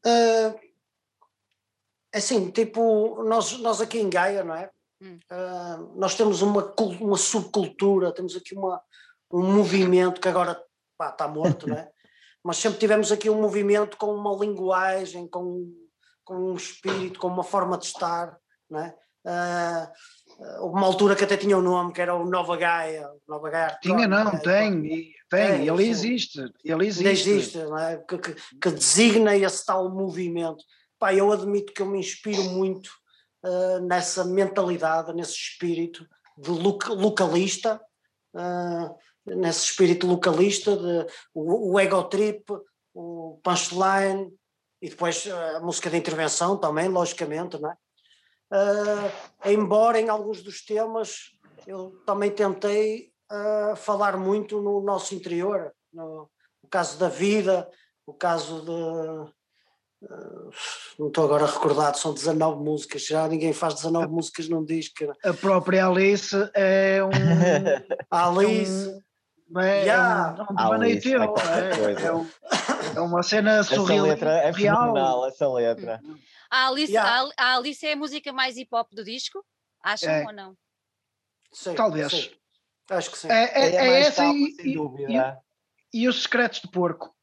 Uh, assim, tipo, nós, nós aqui em Gaia, não é? Hum. Uh, nós temos uma, uma subcultura, temos aqui uma, um movimento que agora pá, está morto, não é? Mas sempre tivemos aqui um movimento com uma linguagem, com, com um espírito, com uma forma de estar, não é? Uh, houve uma altura que até tinha um nome, que era o Nova Gaia. Nova Gaia tinha não, é, tem, tem, tem ele sim. existe, ele existe. existe, não é? que, que, que designa esse tal movimento. Pá, eu admito que eu me inspiro muito uh, nessa mentalidade, nesse espírito de localista, uh, nesse espírito localista, de, o, o ego trip, o punchline, e depois a música de intervenção também, logicamente, não é? Uh, embora em alguns dos temas eu também tentei uh, falar muito no nosso interior, no, no caso da vida, o caso de... Uh, não estou agora recordado, são dezanove músicas, já ninguém faz dezanove a, músicas num disco. A própria Alice é um... a Alice... É um, é, yeah. é um, um devaneio teu, é, é, um, é uma cena surreal. Essa letra é fenomenal, essa letra. Hum. A Alice, yeah. a, a Alice é a música mais hip-hop do disco? Acham é. ou não? Sim, talvez. Sim. Acho que sim. É, é, é, é essa calma, e, sem dúvida. E, e os secretos de porco.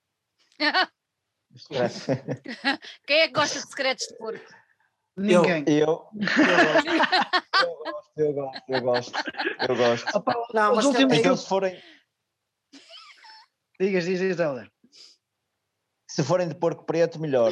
Quem é que gosta de secretos de porco? Ninguém. Eu, eu, eu gosto, eu gosto, eu gosto, eu gosto. Opa, não, mas últimos então, se forem... Digas, diz, diz, Helder. Se forem de porco preto, melhor.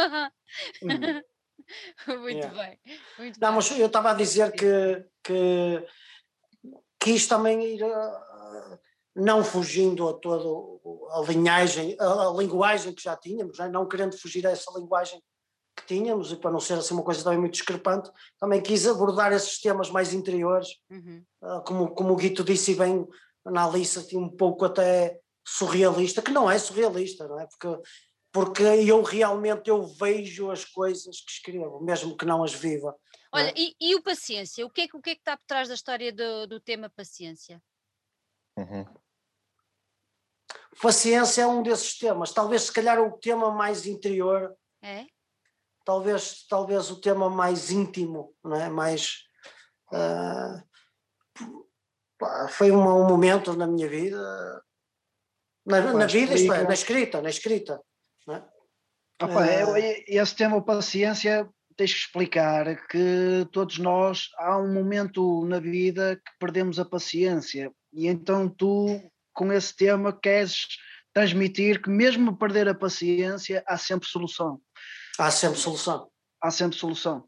Muito yeah. bem. Muito não, bem. mas eu estava a dizer que, que quis também ir uh, não fugindo a toda a linhagem, a, a linguagem que já tínhamos, né? Não querendo fugir a essa linguagem que tínhamos, e para não ser assim uma coisa também muito discrepante, também quis abordar esses temas mais interiores, uhum. uh, como, como o Guito disse bem na Alice, um pouco até surrealista, que não é surrealista, não é? Porque porque eu realmente eu vejo as coisas que escrevo, mesmo que não as viva. Olha, é? e, e o paciência? O que, é, o que é que está por trás da história do, do tema paciência? Uhum. Paciência é um desses temas, talvez se calhar o tema mais interior, é? talvez, talvez o tema mais íntimo, não é? Mais, uh, foi um, um momento na minha vida, na, na vida, isto é, na escrita, na escrita. É? Opa, é, esse tema paciência tens que explicar que todos nós há um momento na vida que perdemos a paciência e então tu com esse tema queres transmitir que mesmo perder a paciência há sempre solução. Há sempre solução. Há sempre solução.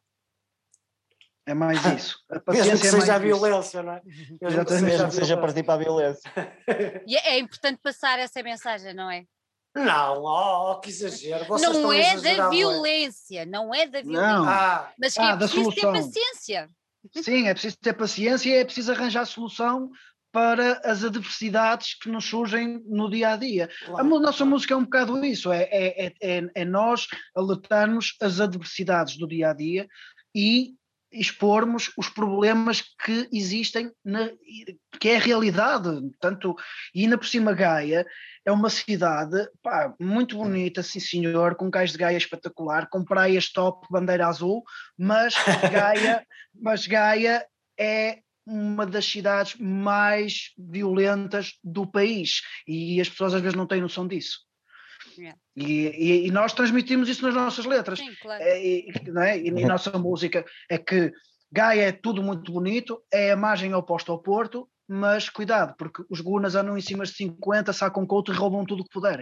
É mais isso. A paciência mesmo que é seja a violência, não é? Mesmo que seja, que seja partir para a violência. E é importante passar essa mensagem, não é? Não, oh, que exagero. Vocês não é da violência, não é da violência. Não. Ah, mas que ah, é preciso ter solução. paciência. Sim, é preciso ter paciência e é preciso arranjar solução para as adversidades que nos surgem no dia a dia. Claro, a nossa claro. música é um bocado isso, é, é, é, é nós alertarmos as adversidades do dia a dia e expormos os problemas que existem, na, que é a realidade. Portanto, e ainda por cima Gaia é uma cidade pá, muito bonita, sim senhor, com cais de Gaia espetacular, com praias top, bandeira azul, mas Gaia, mas Gaia é uma das cidades mais violentas do país e as pessoas às vezes não têm noção disso. Yeah. E, e, e nós transmitimos isso nas nossas letras. Sim, claro. é, e, não é? E na nossa música é que Gaia é tudo muito bonito, é a margem oposta ao Porto, mas cuidado, porque os gunas andam em cima de cinquenta, sacam couto e roubam tudo o que puderem.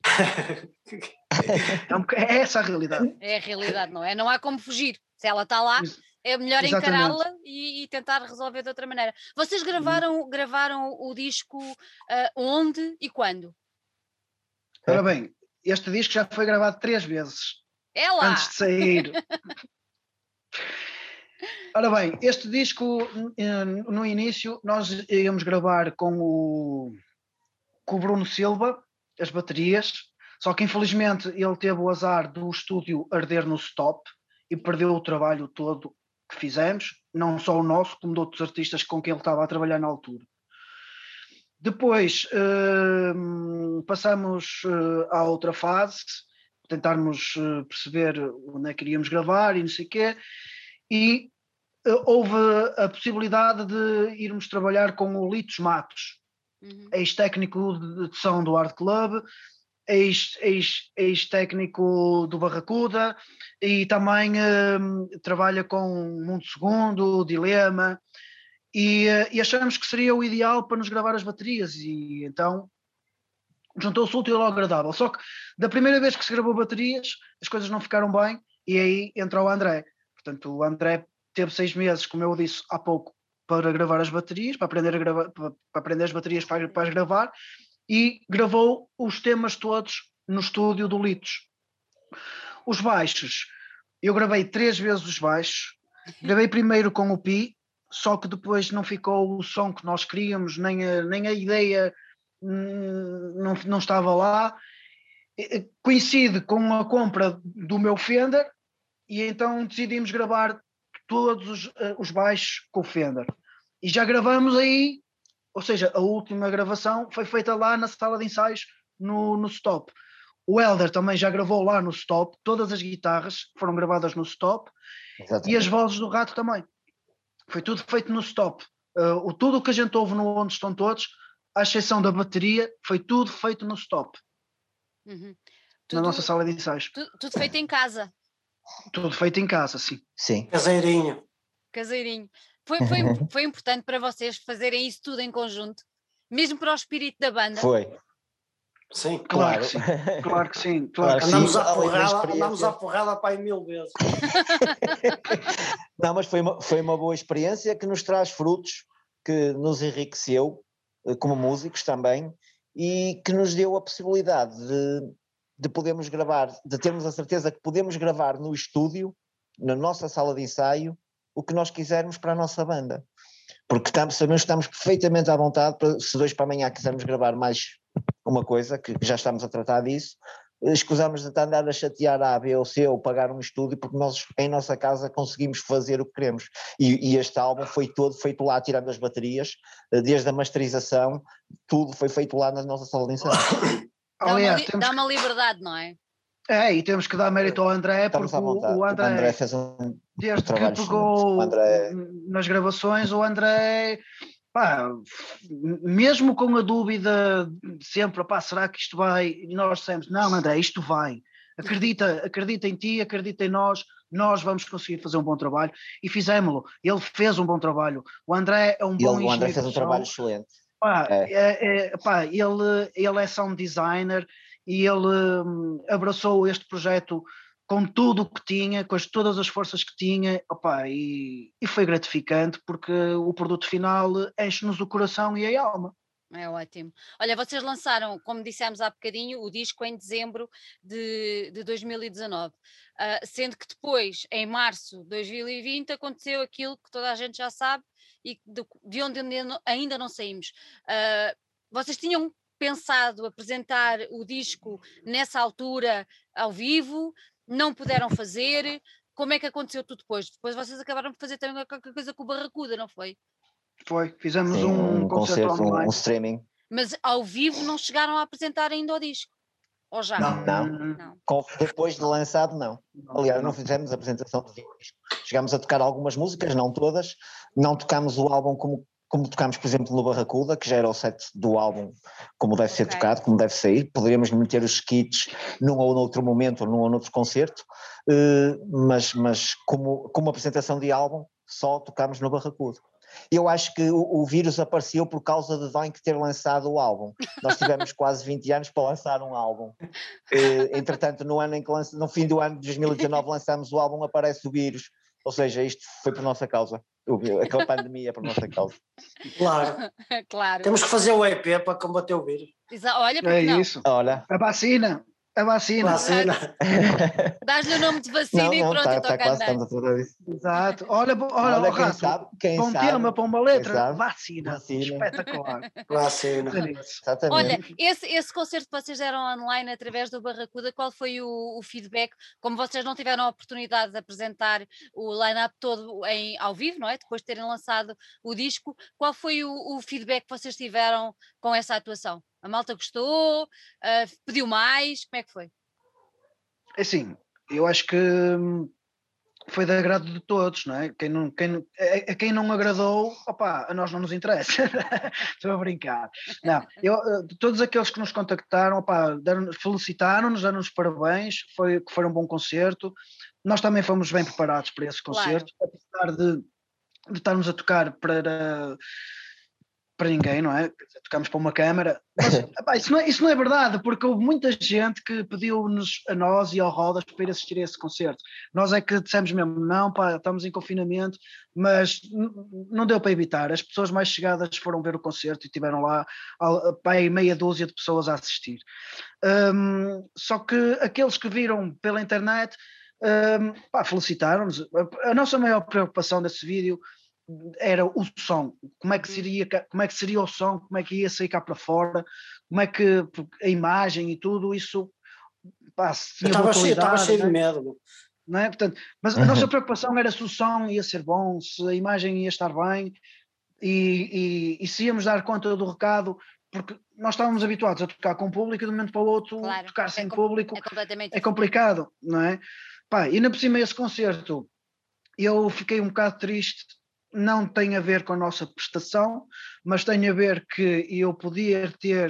é, é essa a realidade. É a realidade, não é? Não há como fugir. Se ela está lá, é melhor encará-la e, e tentar resolver de outra maneira. Vocês gravaram, hum. gravaram o disco uh, onde e quando? Ora bem, este disco já foi gravado três vezes. É lá. Antes de sair. Ora bem, este disco, no início, nós íamos gravar com o, com o Bruno Silva, as baterias, só que infelizmente ele teve o azar do estúdio arder no stop e perdeu o trabalho todo que fizemos, não só o nosso, como de outros artistas com quem ele estava a trabalhar na altura. Depois uh, passamos uh, à outra fase, tentarmos perceber onde é que iríamos gravar e não sei o quê, e houve a possibilidade de irmos trabalhar com o Litos Matos, uhum. ex-técnico de som do Art Club, ex, ex, ex-técnico do Barracuda, e também um, trabalha com Mundo Segundo, Dilema, e, e achamos que seria o ideal para nos gravar as baterias, e então juntou-se o útil ao agradável. Só que da primeira vez que se gravou baterias, as coisas não ficaram bem, e aí entrou o André. Portanto, o André teve seis meses, como eu disse há pouco, para gravar as baterias, para aprender, a gravar, para aprender as baterias para, para as gravar, e gravou os temas todos no estúdio do Litos. Os baixos, eu gravei três vezes os baixos, gravei primeiro com o Pi, só que depois não ficou o som que nós queríamos, nem a, nem a ideia não, não estava lá. Coincide com a compra do meu Fender, e então decidimos gravar todos os, os baixos com o Fender. E já gravamos aí, ou seja, a última gravação foi feita lá na sala de ensaios, no, no Stop. O Helder também já gravou lá no Stop, todas as guitarras foram gravadas no Stop. Exatamente. E as vozes do Rato também. Foi tudo feito no Stop. Uh, o, tudo o que a gente ouve no Onde Estão Todos, à exceção da bateria, foi tudo feito no Stop. Uhum. Tudo, na nossa sala de ensaios. Tudo, tudo feito em casa. Tudo feito em casa, sim. Sim. Caseirinho. Caseirinho. Foi, foi, foi importante para vocês fazerem isso tudo em conjunto, mesmo para o espírito da banda? Foi. Sim, claro, claro que sim. Claro que sim. Claro que andamos, sim. À porrada, andamos à porrada para aí mil vezes. Não, mas foi uma, foi uma boa experiência que nos traz frutos, que nos enriqueceu como músicos também, e que nos deu a possibilidade de, de podermos gravar, de termos a certeza que podemos gravar no estúdio, na nossa sala de ensaio, o que nós quisermos para a nossa banda. Porque estamos, sabemos que estamos perfeitamente à vontade para, se dois para amanhã quisermos gravar mais uma coisa, que já estamos a tratar disso, escusamos de andar a chatear a A, B ou C ou pagar um estúdio, porque nós em nossa casa conseguimos fazer o que queremos. E, e este álbum foi todo feito lá, tirando as baterias, desde a masterização, tudo foi feito lá na nossa sala de ensaio. Dá, uma, li- dá uma liberdade, não é? É, e temos que dar mérito ao André, Estamos porque o, o André, o André fez um desde trabalho que pegou André... nas gravações, o André, pá, mesmo com a dúvida sempre, pá, será que isto vai? E nós dissemos, não André, isto vai, acredita, acredita em ti, acredita em nós, nós vamos conseguir fazer um bom trabalho, e fizemos-lo. Ele fez um bom trabalho, o André é um bom engenheiro. O André fez um trabalho excelente. Pá, é. É, é, pá, ele, ele é sound designer, e ele um, abraçou este projeto com tudo o que tinha, com as, todas as forças que tinha, opa, e, e foi gratificante, porque o produto final enche-nos o coração e a alma. É ótimo. Olha, vocês lançaram, como dissemos há bocadinho, o disco em dezembro de, de dois mil e dezanove, uh, sendo que depois, em março de dois mil e vinte, aconteceu aquilo que toda a gente já sabe e de, de onde ainda não saímos. Uh, vocês tinham pensado apresentar o disco nessa altura ao vivo, não puderam fazer. Como é que aconteceu tudo depois? Depois vocês acabaram por fazer também qualquer coisa com o Barracuda, não foi? Foi, fizemos Sim, um, um concerto, concerto, online. Um, um streaming. Mas ao vivo não chegaram a apresentar ainda o disco? Ou já? Não, não. não. Com, depois de lançado, não. não Aliás, não. não fizemos apresentação do disco. Chegámos a tocar algumas músicas, não todas. Não tocámos o álbum como como tocámos, por exemplo, no Barracuda, que já era o set do álbum como deve ser okay. tocado, como deve sair. Poderíamos meter os skits num ou noutro momento, ou num ou noutro concerto, uh, mas, mas como, como apresentação de álbum, só tocámos no Barracuda. Eu acho que o, o vírus apareceu por causa de Doink ter lançado o álbum. Nós tivemos quase vinte anos para lançar um álbum. Uh, entretanto, no, ano em que lança, no fim do ano de dois mil e dezanove lançamos o álbum, aparece o vírus. Ou seja, isto foi por nossa causa. Aquela pandemia é por nossa causa. Claro. Claro. Temos que fazer o E P para combater o vírus. Olha, porque é não? isso. Olha. A vacina. A vacina. vacina. Dás-lhe o nome de vacina não, e pronto, tá, toca tá quase, a andar. estamos a tratar disso. Exato. Olha, olha, olha oh, quem Rato, sabe, quem para um sabe, tema, para uma letra, vacina. vacina. Espetacular. Vacina. Exatamente. Olha, esse, esse concerto que vocês deram online através do Barracuda, qual foi o, o feedback? Como vocês não tiveram a oportunidade de apresentar o line-up todo em, ao vivo, não é? Depois de terem lançado o disco, qual foi o, o feedback que vocês tiveram com essa atuação? A malta gostou? Uh, pediu mais? Como é que foi? É assim, eu acho que foi de agrado de todos, não é? Quem não, quem, a, a quem não agradou, opá, a nós não nos interessa. Estou a brincar. Não, eu, todos aqueles que nos contactaram, opá, felicitaram-nos, deram-nos parabéns, foi, que foi um bom concerto. Nós também fomos bem preparados para esse concerto, claro. Apesar de, de estarmos a tocar para... para ninguém, não é? Tocámos para uma câmara. Mas, epá, isso, não é, isso não é verdade, porque houve muita gente que pediu-nos a nós e ao Rodas para ir assistir a esse concerto. Nós é que dissemos mesmo, não, pá, estamos em confinamento, mas não deu para evitar. As pessoas mais chegadas foram ver o concerto e tiveram lá pá, meia dúzia de pessoas a assistir. Um, só que aqueles que viram pela internet um, pá, felicitaram-nos. A nossa maior preocupação desse vídeo era o som, como é que seria, como é que seria o som, como é que ia sair cá para fora, como é que a imagem e tudo isso, pá, se estava cheio, estava cheio de medo, não é? Portanto, mas a nossa preocupação era se o som ia ser bom, se a imagem ia estar bem e, e, e se íamos dar conta do recado, porque nós estávamos habituados a tocar com o público e de um momento para o outro, claro, tocar sem é público é, é complicado, não é? Pá, e ainda por cima esse concerto eu fiquei um bocado triste. Não tem a ver com a nossa prestação, mas tem a ver que eu podia ter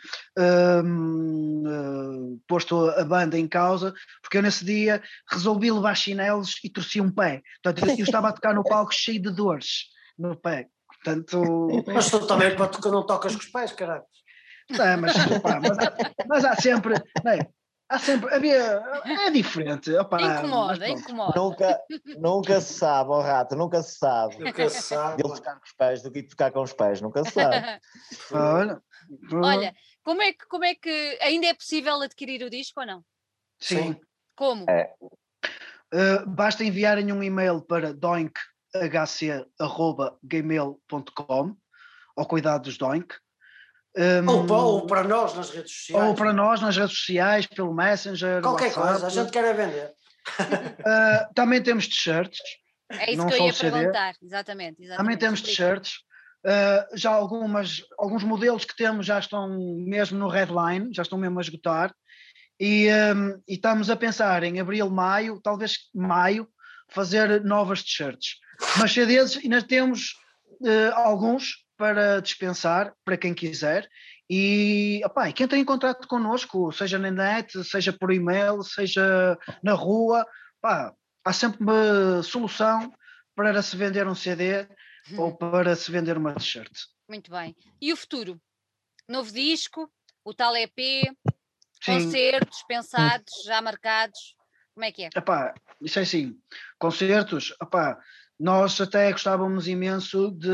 um, uh, posto a banda em causa, porque eu nesse dia resolvi levar chinelos e torci um pé. Portanto, eu estava a tocar no palco cheio de dores no pé. Portanto... Mas tu também porque não tocas com os pés, caralho. Não, mas, opa, mas, há, mas há sempre... Não é? Há sempre, havia, é diferente. Opa, incomoda, incomoda. Nunca, nunca se sabe, ó oh rato, nunca se sabe. Nunca se sabe. Ele tocar com os pés do que tocar com os pés, nunca se sabe. Olha, Olha, como é, que, como é que ainda é possível adquirir o disco ou não? Sim. Como? É. Uh, basta enviarem um e-mail para doink h c arroba gmail ponto com, ao cuidado dos Doink. Um, ou, para, ou para nós nas redes sociais. Ou para nós nas redes sociais, pelo Messenger. Qualquer WhatsApp. coisa, a gente quer é vender. Uh, também temos t-shirts. É isso não que eu ia perguntar, exatamente, exatamente. Também temos t-shirts. Uh, já algumas, alguns modelos que temos já estão mesmo no Redline, já estão mesmo a esgotar. E, um, e estamos a pensar em abril, maio, talvez maio, fazer novas t-shirts. Mas se desses ainda temos uh, alguns para dispensar, para quem quiser, e, opá, e quem tem em contato connosco, seja na net, seja por e-mail, seja na rua, opá, há sempre uma solução para se vender um C D hum. ou para se vender uma t-shirt. Muito bem. E o futuro? Novo disco, o tal E P, Sim. concertos pensados, já marcados, como é que é? Epá, isso é assim, concertos, epá, nós até gostávamos imenso de,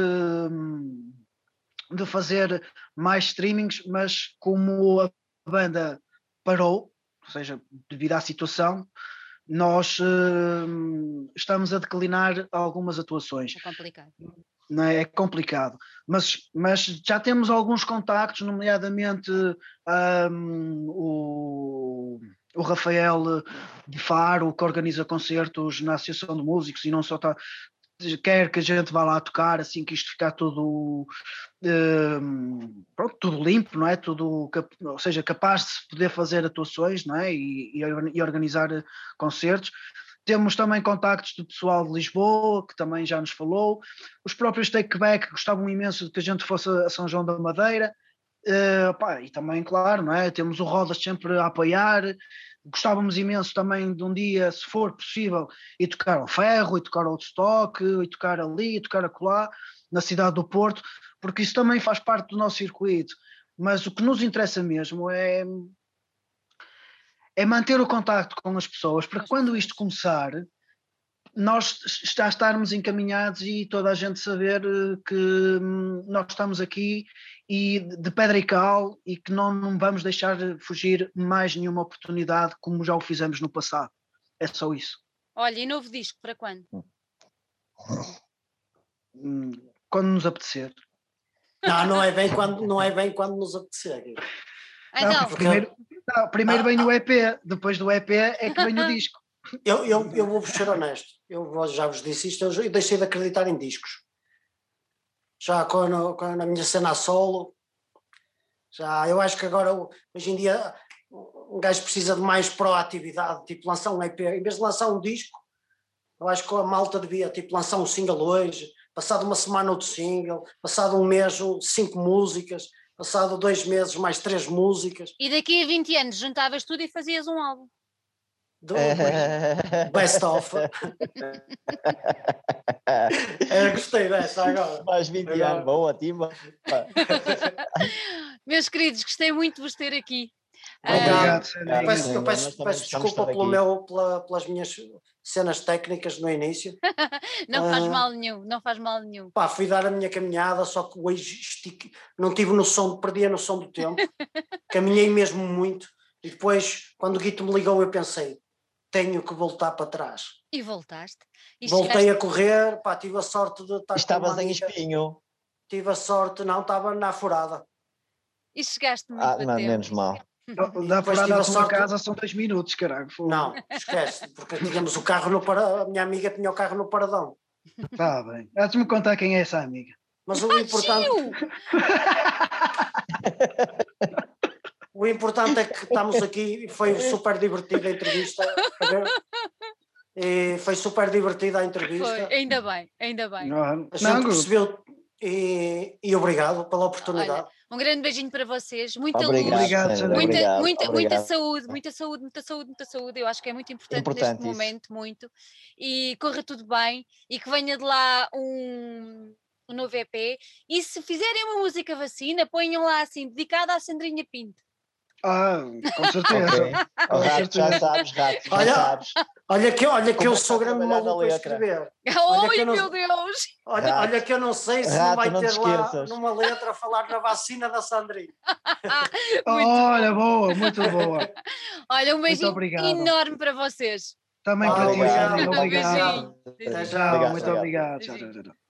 de fazer mais streamings, mas como a banda parou, ou seja, devido à situação, nós uh, estamos a declinar algumas atuações. É complicado. Não é? É complicado, mas, mas já temos alguns contactos, nomeadamente um, o, o Rafael de Faro, que organiza concertos na Associação de Músicos e não só está, quer que a gente vá lá tocar assim que isto ficar tudo, um, pronto, tudo limpo, não é? Tudo, ou seja, capaz de poder fazer atuações, não é? E, e, e organizar concertos. Temos também contactos do pessoal de Lisboa, que também já nos falou. Os próprios Takeback gostavam imenso de que a gente fosse a São João da Madeira. Uh, pá, e também, claro, não é? Temos o Rodas sempre a apoiar. Gostávamos imenso também de um dia, se for possível, ir tocar ao Ferro, ir tocar ao Woodstock, ir tocar ali, ir tocar acolá, na cidade do Porto, porque isso também faz parte do nosso circuito. Mas o que nos interessa mesmo é... é manter o contacto com as pessoas, para que quando isto começar, nós já estarmos encaminhados e toda a gente saber que nós estamos aqui e de pedra e cal e que não, não vamos deixar fugir mais nenhuma oportunidade como já o fizemos no passado. É só isso. Olha, e novo disco para quando? Quando nos apetecer. Não, não é bem quando, não é bem quando nos apetecer. Então, não, primeiro, não, primeiro ah, vem o E P, depois do E P é que vem o disco. Eu, eu, eu vou ser honesto, eu já vos disse isto, eu deixei de acreditar em discos. Já com, com a minha cena a solo, já, eu acho que agora, hoje em dia, um gajo precisa de mais proatividade, tipo lançar um E P, em vez de lançar um disco, eu acho que a malta devia tipo lançar um single hoje, passado uma semana outro single, passado um mês cinco músicas, passado dois meses mais três músicas. E daqui a vinte anos juntavas tudo e fazias um álbum. Do, best of. Eu gostei dessa agora. Mais vinte agora. Anos, boa, Timba. Meus queridos, gostei muito de vos ter aqui. Obrigado. Uh, peço, eu peço, peço desculpa pelo meu, pela, pelas minhas cenas técnicas no início. Não uh, faz mal nenhum, não faz mal nenhum. Pá, fui dar a minha caminhada, só que hoje estique, não tive noção, perdi a noção do tempo. Caminhei mesmo muito. E depois, quando o Guito me ligou, eu pensei, tenho que voltar para trás. E voltaste? E Voltei chegaste... a correr, pá, tive a sorte de estar. Estavas em Espinho? Tive a sorte, não, estava na furada. E chegaste muito ah, a não, tempo. Menos mal. Da furada à tua casa são dois minutos, caralho. Não, esquece, porque tínhamos o carro no paradão, a minha amiga tinha o carro no paradão. Tá bem, has-me contar quem é essa amiga. Mas o importante... O importante é que estamos aqui e foi super divertida a entrevista. E foi super divertida a entrevista. Foi, ainda bem, ainda bem. Não, a gente não, percebeu e, e obrigado pela oportunidade. Olha, um grande beijinho para vocês, muita obrigado, luz, obrigado, muita, obrigado, muita, obrigado. muita saúde, muita saúde, muita saúde, muita saúde. Eu acho que é muito importante, importante neste isso. momento, muito. E corra tudo bem e que venha de lá um, um novo E P. E se fizerem uma música vacina, ponham lá assim, dedicada à Sandrinha Pinto. Ah, com certeza. Okay. Oh, rato, já sabes, rato, já olha, sabes. Olha que, olha que eu sou grande maluco a escrever. Ai, meu não, Deus! Olha, olha que eu não sei se rato, não vai não ter lá numa letra a falar na vacina da Sandrinha. Olha, boa, muito boa. Olha, um beijinho enorme para vocês. Também ah, para ti, obrigado. Obrigado. Até já, muito obrigado. Tchau, tchau, tchau.